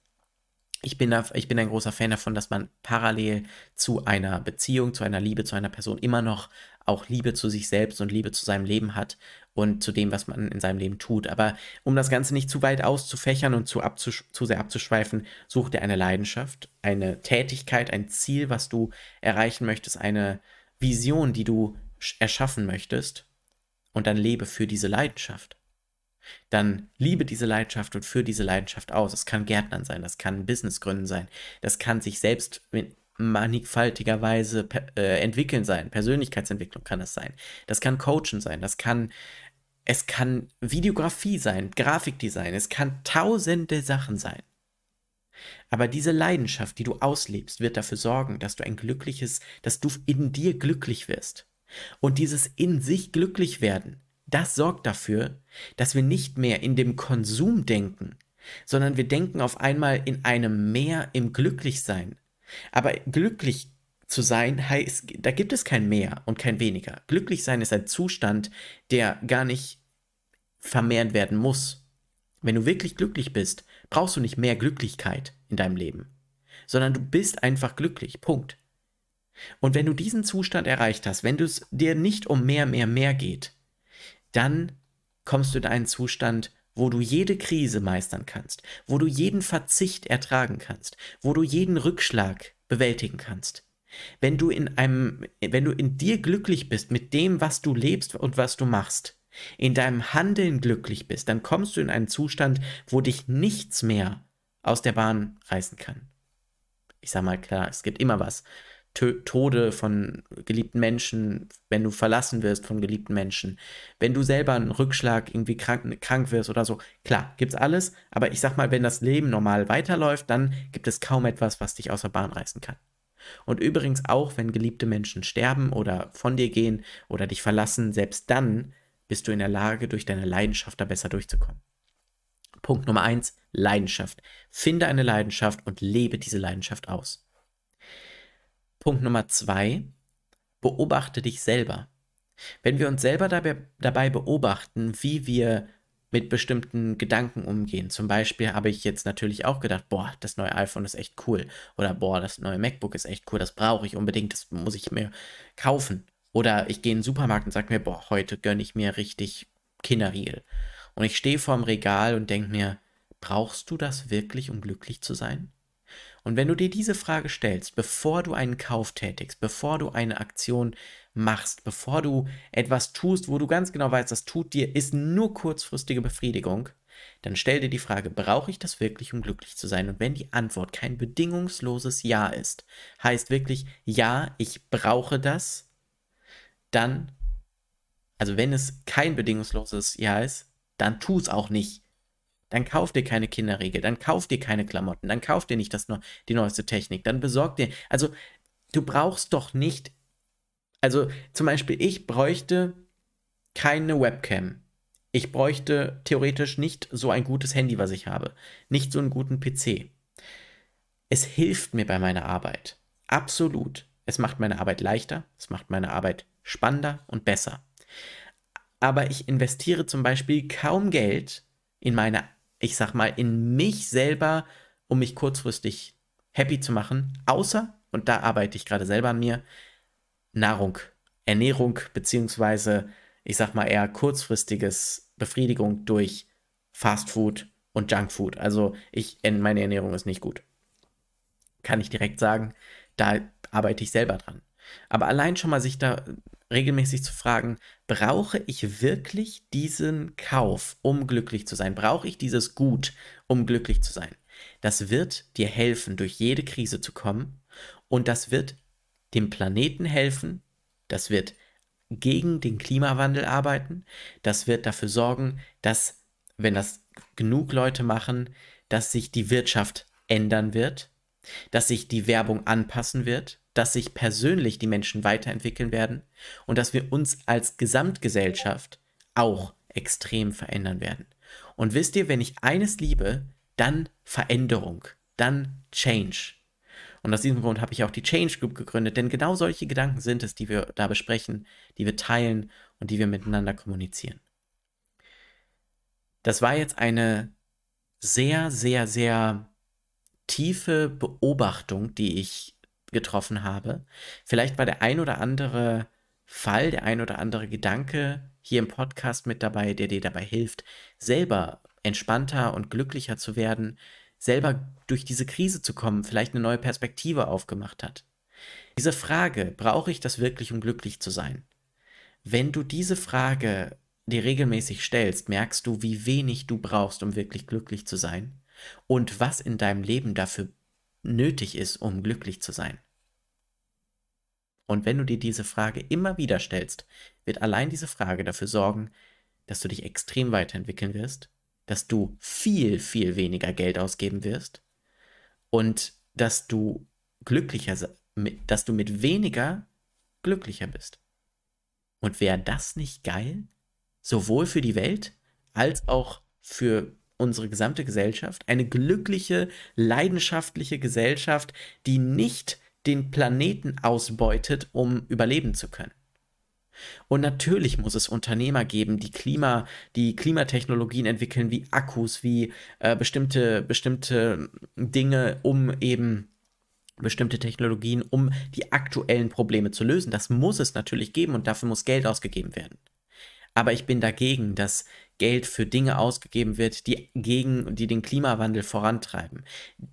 ich bin ein großer Fan davon, dass man parallel zu einer Beziehung, zu einer Liebe, zu einer Person immer noch auch Liebe zu sich selbst und Liebe zu seinem Leben hat und zu dem, was man in seinem Leben tut. Aber um das Ganze nicht zu weit auszufächern und zu sehr abzuschweifen, such dir eine Leidenschaft, eine Tätigkeit, ein Ziel, was du erreichen möchtest, eine Vision, die du erschaffen möchtest und dann lebe für diese Leidenschaft. Dann liebe diese Leidenschaft und führe diese Leidenschaft aus. Es kann Gärtnern sein, das kann Business gründen sein, das kann sich selbst in mannigfaltiger Weise entwickeln sein. Persönlichkeitsentwicklung kann es sein. Das kann Coachen sein, es kann Videografie sein, Grafikdesign, es kann tausende Sachen sein. Aber diese Leidenschaft, die du auslebst, wird dafür sorgen, dass du in dir glücklich wirst. Und dieses in sich glücklich werden, das sorgt dafür, dass wir nicht mehr in dem Konsum denken, sondern wir denken auf einmal in einem Mehr im Glücklichsein. Aber glücklich zu sein heißt, da gibt es kein Mehr und kein Weniger. Glücklich sein ist ein Zustand, der gar nicht vermehrt werden muss. Wenn du wirklich glücklich bist, brauchst du nicht mehr Glücklichkeit in deinem Leben, sondern du bist einfach glücklich. Punkt. Und wenn du diesen Zustand erreicht hast, wenn es dir nicht um mehr geht, dann kommst du in einen Zustand, wo du jede Krise meistern kannst, wo du jeden Verzicht ertragen kannst, wo du jeden Rückschlag bewältigen kannst. Wenn du in dir glücklich bist mit dem, was du lebst und was du machst, in deinem Handeln glücklich bist, dann kommst du in einen Zustand, wo dich nichts mehr aus der Bahn reißen kann. Ich sag mal, klar, es gibt immer was. Tode von geliebten Menschen, wenn du verlassen wirst von geliebten Menschen, wenn du selber einen Rückschlag irgendwie krank wirst oder so. Klar, gibt's alles, aber ich sag mal, wenn das Leben normal weiterläuft, dann gibt es kaum etwas, was dich aus der Bahn reißen kann. Und übrigens auch, wenn geliebte Menschen sterben oder von dir gehen oder dich verlassen, selbst dann bist du in der Lage, durch deine Leidenschaft da besser durchzukommen. Punkt Nummer 1, Leidenschaft. Finde eine Leidenschaft und lebe diese Leidenschaft aus. Punkt Nummer 2, beobachte dich selber. Wenn wir uns selber dabei beobachten, wie wir mit bestimmten Gedanken umgehen. Zum Beispiel habe ich jetzt natürlich auch gedacht, boah, das neue iPhone ist echt cool. Oder boah, das neue MacBook ist echt cool, das brauche ich unbedingt, das muss ich mir kaufen. Oder ich gehe in den Supermarkt und sage mir, boah, heute gönne ich mir richtig Kinderriegel. Und ich stehe vorm Regal und denke mir, brauchst du das wirklich, um glücklich zu sein? Und wenn du dir diese Frage stellst, bevor du einen Kauf tätigst, bevor du eine Aktion machst, bevor du etwas tust, wo du ganz genau weißt, das tut dir, ist nur kurzfristige Befriedigung, dann stell dir die Frage, brauche ich das wirklich, um glücklich zu sein? Und wenn die Antwort kein bedingungsloses Ja ist, heißt wirklich, ja, ich brauche das, dann, also wenn es kein bedingungsloses Ja ist, dann tu es auch nicht. Dann kauf dir keine Kinderriegel, dann kauf dir keine Klamotten, dann kauf dir nicht die neueste Technik, dann besorg dir, also du brauchst doch nicht, also zum Beispiel ich bräuchte keine Webcam. Ich bräuchte theoretisch nicht so ein gutes Handy, was ich habe, nicht so einen guten PC. Es hilft mir bei meiner Arbeit, absolut. Es macht meine Arbeit leichter, es macht meine Arbeit spannender und besser. Aber ich investiere zum Beispiel kaum Geld in ich sag mal, in mich selber, um mich kurzfristig happy zu machen, außer, und da arbeite ich gerade selber an mir, Nahrung, Ernährung, beziehungsweise, ich sag mal, eher kurzfristiges Befriedigung durch Fastfood und Junkfood. Also meine Ernährung ist nicht gut. Kann ich direkt sagen, da arbeite ich selber dran. Aber allein schon mal sich da regelmäßig zu fragen, brauche ich wirklich diesen Kauf, um glücklich zu sein? Brauche ich dieses Gut, um glücklich zu sein? Das wird dir helfen, durch jede Krise zu kommen, und das wird dem Planeten helfen, das wird gegen den Klimawandel arbeiten, das wird dafür sorgen, dass, wenn das genug Leute machen, dass sich die Wirtschaft ändern wird, dass sich die Werbung anpassen wird, dass sich persönlich die Menschen weiterentwickeln werden und dass wir uns als Gesamtgesellschaft auch extrem verändern werden. Und wisst ihr, wenn ich eines liebe, dann Veränderung, dann Change. Und aus diesem Grund habe ich auch die Change Group gegründet, denn genau solche Gedanken sind es, die wir da besprechen, die wir teilen und die wir miteinander kommunizieren. Das war jetzt eine sehr, sehr, sehr tiefe Beobachtung, die ich getroffen habe. Vielleicht war der ein oder andere Fall, der ein oder andere Gedanke hier im Podcast mit dabei, der dir dabei hilft, selber entspannter und glücklicher zu werden, selber durch diese Krise zu kommen, vielleicht eine neue Perspektive aufgemacht hat. Diese Frage, brauche ich das wirklich, um glücklich zu sein? Wenn du diese Frage dir regelmäßig stellst, merkst du, wie wenig du brauchst, um wirklich glücklich zu sein und was in deinem Leben dafür nötig ist, um glücklich zu sein. Und wenn du dir diese Frage immer wieder stellst, wird allein diese Frage dafür sorgen, dass du dich extrem weiterentwickeln wirst, dass du viel, viel weniger Geld ausgeben wirst und dass du dass du mit weniger glücklicher bist. Und wäre das nicht geil? Sowohl für die Welt als auch für unsere gesamte Gesellschaft. Eine glückliche, leidenschaftliche Gesellschaft, die nicht den Planeten ausbeutet, um überleben zu können. Und natürlich muss es Unternehmer geben, die Klimatechnologien entwickeln, wie Akkus, wie bestimmte Dinge, um eben bestimmte Technologien, um die aktuellen Probleme zu lösen. Das muss es natürlich geben und dafür muss Geld ausgegeben werden. Aber ich bin dagegen, dass Geld für Dinge ausgegeben wird, die den Klimawandel vorantreiben.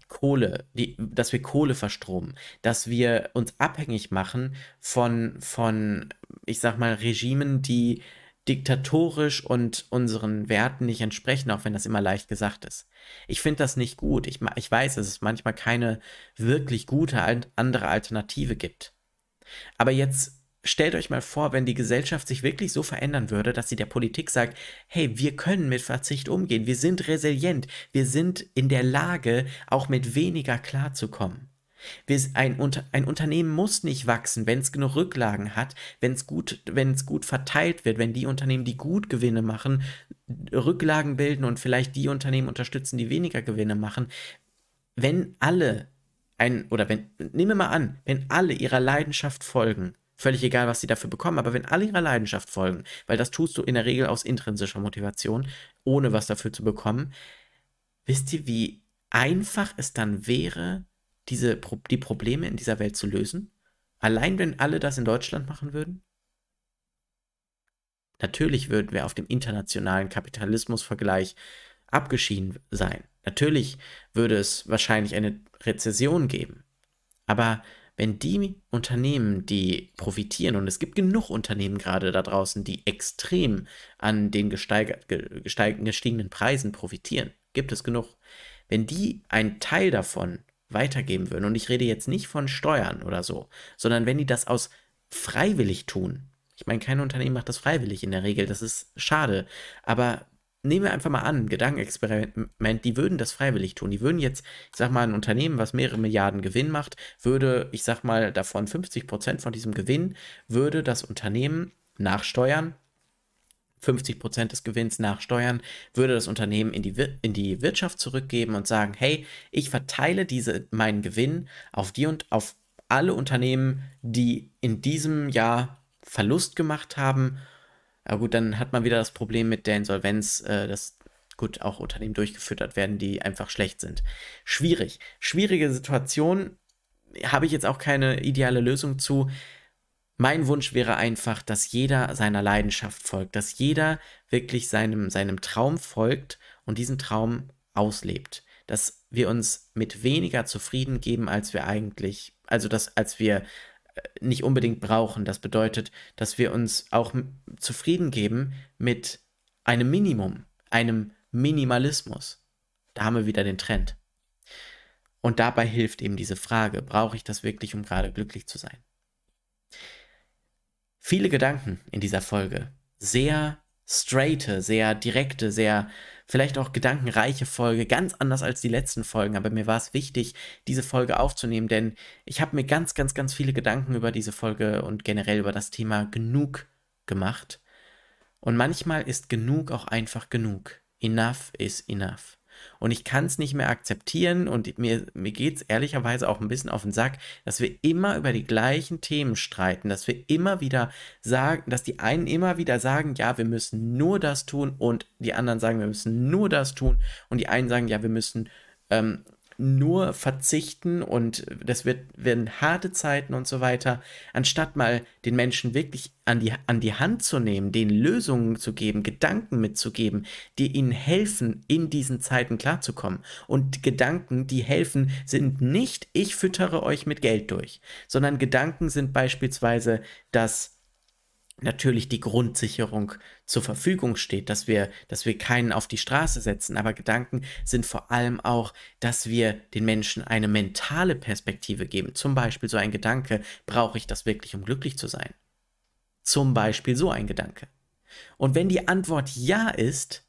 Dass wir Kohle verstromen, dass wir uns abhängig machen von, ich sag mal, Regimen, die diktatorisch und unseren Werten nicht entsprechen, auch wenn das immer leicht gesagt ist. Ich finde das nicht gut. Ich weiß, dass es manchmal keine wirklich gute andere Alternative gibt. Aber jetzt stellt euch mal vor, wenn die Gesellschaft sich wirklich so verändern würde, dass sie der Politik sagt, hey, wir können mit Verzicht umgehen, wir sind resilient, wir sind in der Lage, auch mit weniger klarzukommen. Ein Unternehmen muss nicht wachsen, wenn es genug Rücklagen hat, wenn es gut verteilt wird, wenn die Unternehmen, die gut Gewinne machen, Rücklagen bilden und vielleicht die Unternehmen unterstützen, die weniger Gewinne machen. Wenn alle nehmen wir mal an, wenn alle ihrer Leidenschaft folgen, völlig egal, was sie dafür bekommen, aber wenn alle ihrer Leidenschaft folgen, weil das tust du in der Regel aus intrinsischer Motivation, ohne was dafür zu bekommen, wisst ihr, wie einfach es dann wäre, die Probleme in dieser Welt zu lösen? Allein wenn alle das in Deutschland machen würden? Natürlich würden wir auf dem internationalen Kapitalismusvergleich abgeschieden sein. Natürlich würde es wahrscheinlich eine Rezession geben. Aber wenn die Unternehmen, die profitieren, und es gibt genug Unternehmen gerade da draußen, die extrem an den gestiegenen Preisen profitieren, gibt es genug, wenn die einen Teil davon weitergeben würden, und ich rede jetzt nicht von Steuern oder so, sondern wenn die das aus freiwillig tun, ich meine, kein Unternehmen macht das freiwillig in der Regel, das ist schade, aber nehmen wir einfach mal an, Gedankenexperiment, die würden das freiwillig tun. Die würden jetzt, ich sag mal, ein Unternehmen, was mehrere Milliarden Gewinn macht, würde, ich sag mal, davon 50% von diesem Gewinn, würde das Unternehmen nachsteuern, 50% des Gewinns nachsteuern, würde das Unternehmen in die Wirtschaft zurückgeben und sagen, hey, ich verteile meinen Gewinn auf die und auf alle Unternehmen, die in diesem Jahr Verlust gemacht haben. Aber gut, dann hat man wieder das Problem mit der Insolvenz, dass gut auch Unternehmen durchgefüttert werden, die einfach schlecht sind. Schwierig. Schwierige Situation. Habe ich jetzt auch keine ideale Lösung zu. Mein Wunsch wäre einfach, dass jeder seiner Leidenschaft folgt, dass jeder wirklich seinem Traum folgt und diesen Traum auslebt. Dass wir uns mit weniger zufrieden geben, als wir eigentlich, also als wir nicht unbedingt brauchen. Das bedeutet, dass wir uns auch zufrieden geben mit einem Minimum, einem Minimalismus. Da haben wir wieder den Trend. Und dabei hilft eben diese Frage, brauche ich das wirklich, um gerade glücklich zu sein? Viele Gedanken in dieser Folge. Sehr straighte, sehr direkte, sehr vielleicht auch gedankenreiche Folge, ganz anders als die letzten Folgen, aber mir war es wichtig, diese Folge aufzunehmen, denn ich habe mir ganz, ganz, ganz viele Gedanken über diese Folge und generell über das Thema genug gemacht. Und manchmal ist genug auch einfach genug. Enough is enough. Und ich kann es nicht mehr akzeptieren und mir geht es ehrlicherweise auch ein bisschen auf den Sack, dass wir immer über die gleichen Themen streiten, dass wir immer wieder sagen, dass die einen immer wieder sagen, ja, wir müssen nur das tun und die anderen sagen, wir müssen nur das tun und die einen sagen, ja, wir müssen ähm, nur verzichten und werden harte Zeiten und so weiter, anstatt mal den Menschen wirklich an die Hand zu nehmen, denen Lösungen zu geben, Gedanken mitzugeben, die ihnen helfen, in diesen Zeiten klarzukommen. Und Gedanken, die helfen, sind nicht, ich füttere euch mit Geld durch, sondern Gedanken sind beispielsweise, dass natürlich die Grundsicherung zur Verfügung steht, dass wir keinen auf die Straße setzen, aber Gedanken sind vor allem auch, dass wir den Menschen eine mentale Perspektive geben. Zum Beispiel so ein Gedanke, brauche ich das wirklich, um glücklich zu sein? Zum Beispiel so ein Gedanke. Und wenn die Antwort ja ist,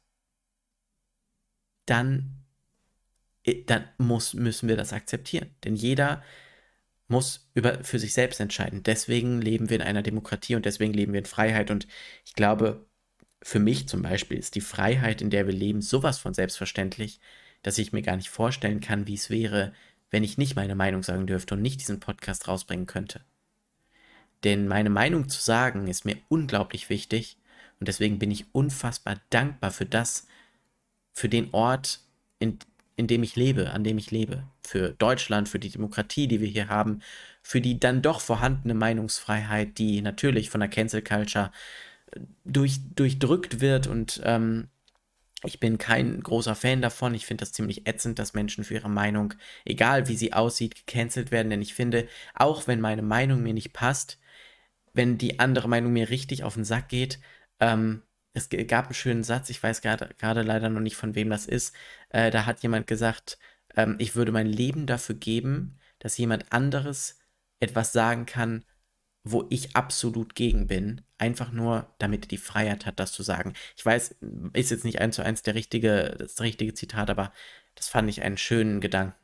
dann, müssen wir das akzeptieren. Denn jeder muss für sich selbst entscheiden. Deswegen leben wir in einer Demokratie und deswegen leben wir in Freiheit. Und ich glaube, für mich zum Beispiel ist die Freiheit, in der wir leben, sowas von selbstverständlich, dass ich mir gar nicht vorstellen kann, wie es wäre, wenn ich nicht meine Meinung sagen dürfte und nicht diesen Podcast rausbringen könnte. Denn meine Meinung zu sagen ist mir unglaublich wichtig und deswegen bin ich unfassbar dankbar für den Ort, in dem ich lebe, an dem ich lebe. Für Deutschland, für die Demokratie, die wir hier haben, für die dann doch vorhandene Meinungsfreiheit, die natürlich von der Cancel Culture durchdrückt wird und ich bin kein großer Fan davon. Ich finde das ziemlich ätzend, dass Menschen für ihre Meinung, egal wie sie aussieht, gecancelt werden. Denn ich finde, auch wenn meine Meinung mir nicht passt, wenn die andere Meinung mir richtig auf den Sack geht, es gab einen schönen Satz, ich weiß gerade leider noch nicht, von wem das ist. Da hat jemand gesagt, ich würde mein Leben dafür geben, dass jemand anderes etwas sagen kann, wo ich absolut gegen bin, einfach nur, damit er die Freiheit hat, das zu sagen. Ich weiß, ist jetzt nicht eins zu eins das richtige Zitat, aber das fand ich einen schönen Gedanken.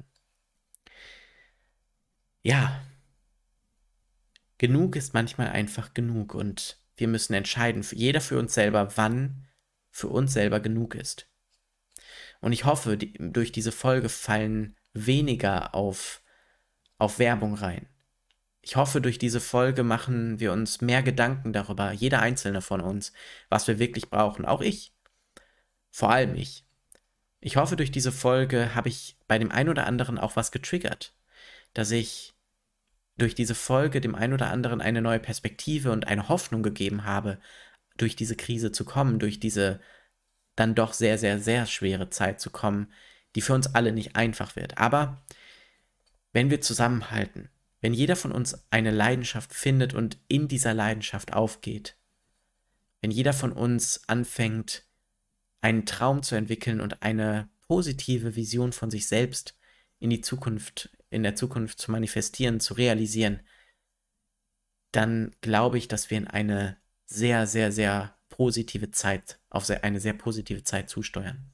Ja, genug ist manchmal einfach genug und wir müssen entscheiden, jeder für uns selber, wann für uns selber genug ist. Und ich hoffe, durch diese Folge fallen weniger auf Werbung rein. Ich hoffe, durch diese Folge machen wir uns mehr Gedanken darüber, jeder einzelne von uns, was wir wirklich brauchen. Auch ich. Vor allem ich. Ich hoffe, durch diese Folge habe ich bei dem einen oder anderen auch was getriggert, dass ich durch diese Folge dem einen oder anderen eine neue Perspektive und eine Hoffnung gegeben habe, durch diese Krise zu kommen, durch diese dann doch sehr, sehr, sehr schwere Zeit zu kommen, die für uns alle nicht einfach wird. Aber wenn wir zusammenhalten, wenn jeder von uns eine Leidenschaft findet und in dieser Leidenschaft aufgeht, wenn jeder von uns anfängt, einen Traum zu entwickeln und eine positive Vision von sich selbst in der Zukunft zu manifestieren, zu realisieren, dann glaube ich, dass wir in eine sehr, sehr, sehr positive Zeit, eine sehr positive Zeit zusteuern.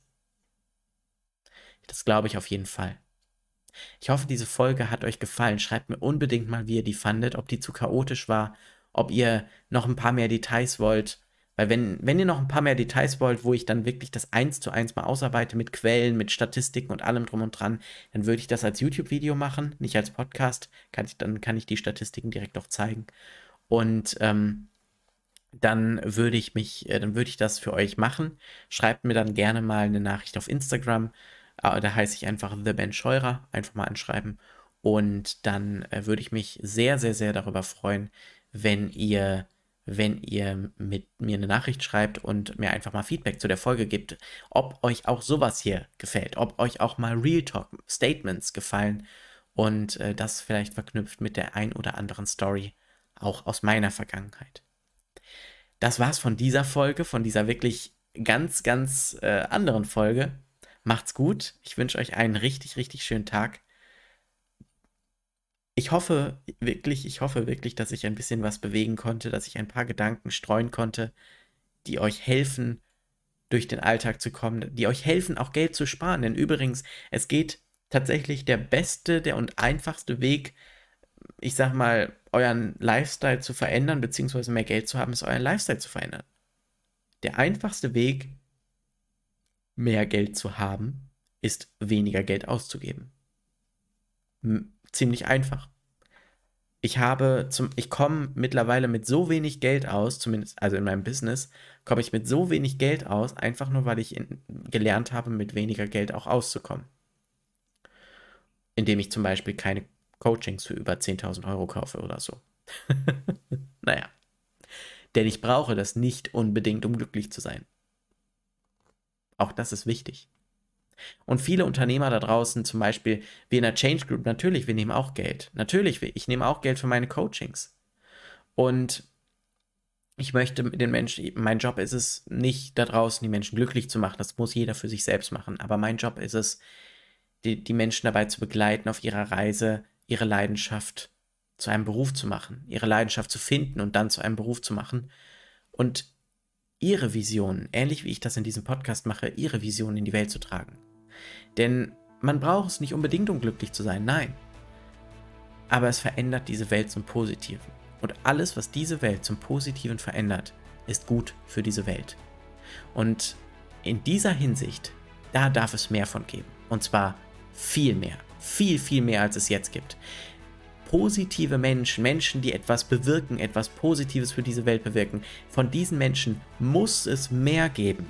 Das glaube ich auf jeden Fall. Ich hoffe, diese Folge hat euch gefallen. Schreibt mir unbedingt mal, wie ihr die fandet, ob die zu chaotisch war, ob ihr noch ein paar mehr Details wollt. Weil wenn ihr noch ein paar mehr Details wollt, wo ich dann wirklich das 1:1 mal ausarbeite mit Quellen, mit Statistiken und allem drum und dran, dann würde ich das als YouTube-Video machen, nicht als Podcast. Dann kann ich die Statistiken direkt auch zeigen. Und dann würde ich das für euch machen. Schreibt mir dann gerne mal eine Nachricht auf Instagram. Da heiße ich einfach The Ben Scheurer, einfach mal anschreiben. Und dann würde ich mich sehr, sehr, sehr darüber freuen, wenn ihr mit mir eine Nachricht schreibt und mir einfach mal Feedback zu der Folge gibt, ob euch auch sowas hier gefällt, ob euch auch mal Real Talk Statements gefallen und das vielleicht verknüpft mit der ein oder anderen Story, auch aus meiner Vergangenheit. Das war's von dieser Folge, von dieser wirklich ganz, ganz anderen Folge. Macht's gut. Ich wünsche euch einen richtig, richtig schönen Tag. Ich hoffe wirklich, dass ich ein bisschen was bewegen konnte, dass ich ein paar Gedanken streuen konnte, die euch helfen, durch den Alltag zu kommen, die euch helfen, auch Geld zu sparen. Denn übrigens, es geht tatsächlich der beste, der und einfachste Weg, ich sag mal, euren Lifestyle zu verändern, beziehungsweise mehr Geld zu haben, ist euren Lifestyle zu verändern. Der einfachste Weg, mehr Geld zu haben, ist weniger Geld auszugeben. Ziemlich einfach. Ich komme mittlerweile mit so wenig Geld aus, zumindest, also in meinem Business, komme ich mit so wenig Geld aus, einfach nur, weil ich gelernt habe, mit weniger Geld auch auszukommen. Indem ich zum Beispiel keine Coachings für über 10.000 Euro kaufe oder so. Naja. Denn ich brauche das nicht unbedingt, um glücklich zu sein. Auch das ist wichtig. Und viele Unternehmer da draußen, zum Beispiel wir in der Change Group, natürlich, wir nehmen auch Geld. Natürlich, ich nehme auch Geld für meine Coachings. Und ich möchte mit den Menschen, mein Job ist es nicht, da draußen die Menschen glücklich zu machen. Das muss jeder für sich selbst machen. Aber mein Job ist es, die Menschen dabei zu begleiten, auf ihrer Reise ihre Leidenschaft zu einem Beruf zu machen, ihre Leidenschaft zu finden und dann zu einem Beruf zu machen und ihre Visionen, ähnlich wie ich das in diesem Podcast mache, ihre Visionen in die Welt zu tragen. Denn man braucht es nicht unbedingt, um glücklich zu sein, nein. Aber es verändert diese Welt zum Positiven. Und alles, was diese Welt zum Positiven verändert, ist gut für diese Welt. Und in dieser Hinsicht, da darf es mehr von geben. Und zwar viel mehr. Viel, viel mehr, als es jetzt gibt. Positive Menschen, die etwas bewirken, etwas Positives für diese Welt bewirken, von diesen Menschen muss es mehr geben.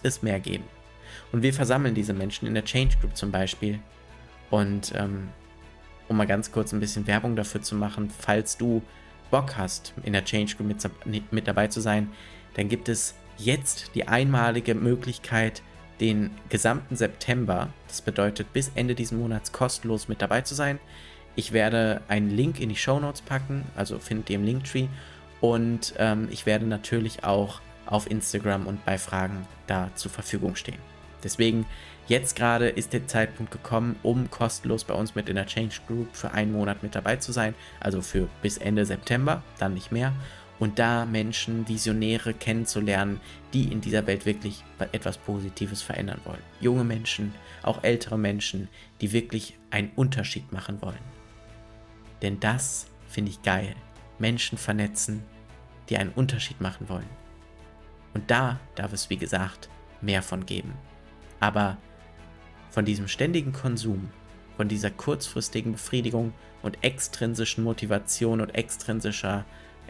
Und wir versammeln diese Menschen in der Change Group zum Beispiel. Und um mal ganz kurz ein bisschen Werbung dafür zu machen, falls du Bock hast, in der Change Group mit dabei zu sein, dann gibt es jetzt die einmalige Möglichkeit, den gesamten September, das bedeutet bis Ende diesen Monats, kostenlos mit dabei zu sein. Ich werde einen Link in die Shownotes packen, also findet ihr im Linktree. Und ich werde natürlich auch auf Instagram und bei Fragen da zur Verfügung stehen. Deswegen, jetzt gerade ist der Zeitpunkt gekommen, um kostenlos bei uns mit in der Change Group für einen Monat mit dabei zu sein. Also für bis Ende September, dann nicht mehr. Und da Menschen, Visionäre kennenzulernen, die in dieser Welt wirklich etwas Positives verändern wollen. Junge Menschen, auch ältere Menschen, die wirklich einen Unterschied machen wollen. Denn das finde ich geil. Menschen vernetzen, die einen Unterschied machen wollen. Und da darf es, wie gesagt, mehr von geben. Aber von diesem ständigen Konsum, von dieser kurzfristigen Befriedigung und extrinsischen Motivation und extrinsischem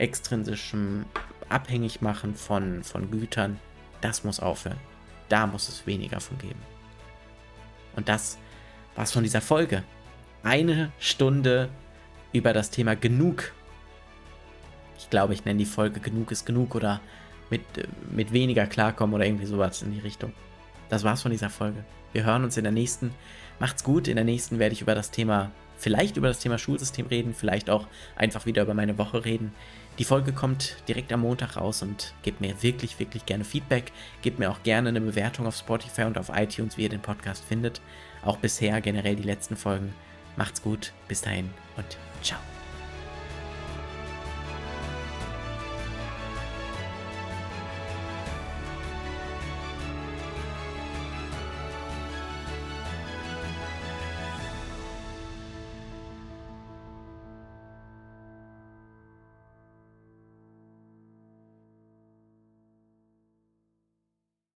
Abhängigmachen von Gütern, das muss aufhören. Da muss es weniger von geben. Und das war's von dieser Folge. 1 Stunde über das Thema Genug. Ich glaube, ich nenne die Folge Genug ist genug oder mit weniger klarkommen oder irgendwie sowas in die Richtung. Das war's von dieser Folge. Wir hören uns in der nächsten. Macht's gut. In der nächsten werde ich vielleicht über das Thema Schulsystem reden, vielleicht auch einfach wieder über meine Woche reden. Die Folge kommt direkt am Montag raus und gebt mir wirklich, wirklich gerne Feedback. Gebt mir auch gerne eine Bewertung auf Spotify und auf iTunes, wie ihr den Podcast findet. Auch bisher generell die letzten Folgen. Macht's gut. Bis dahin und ciao.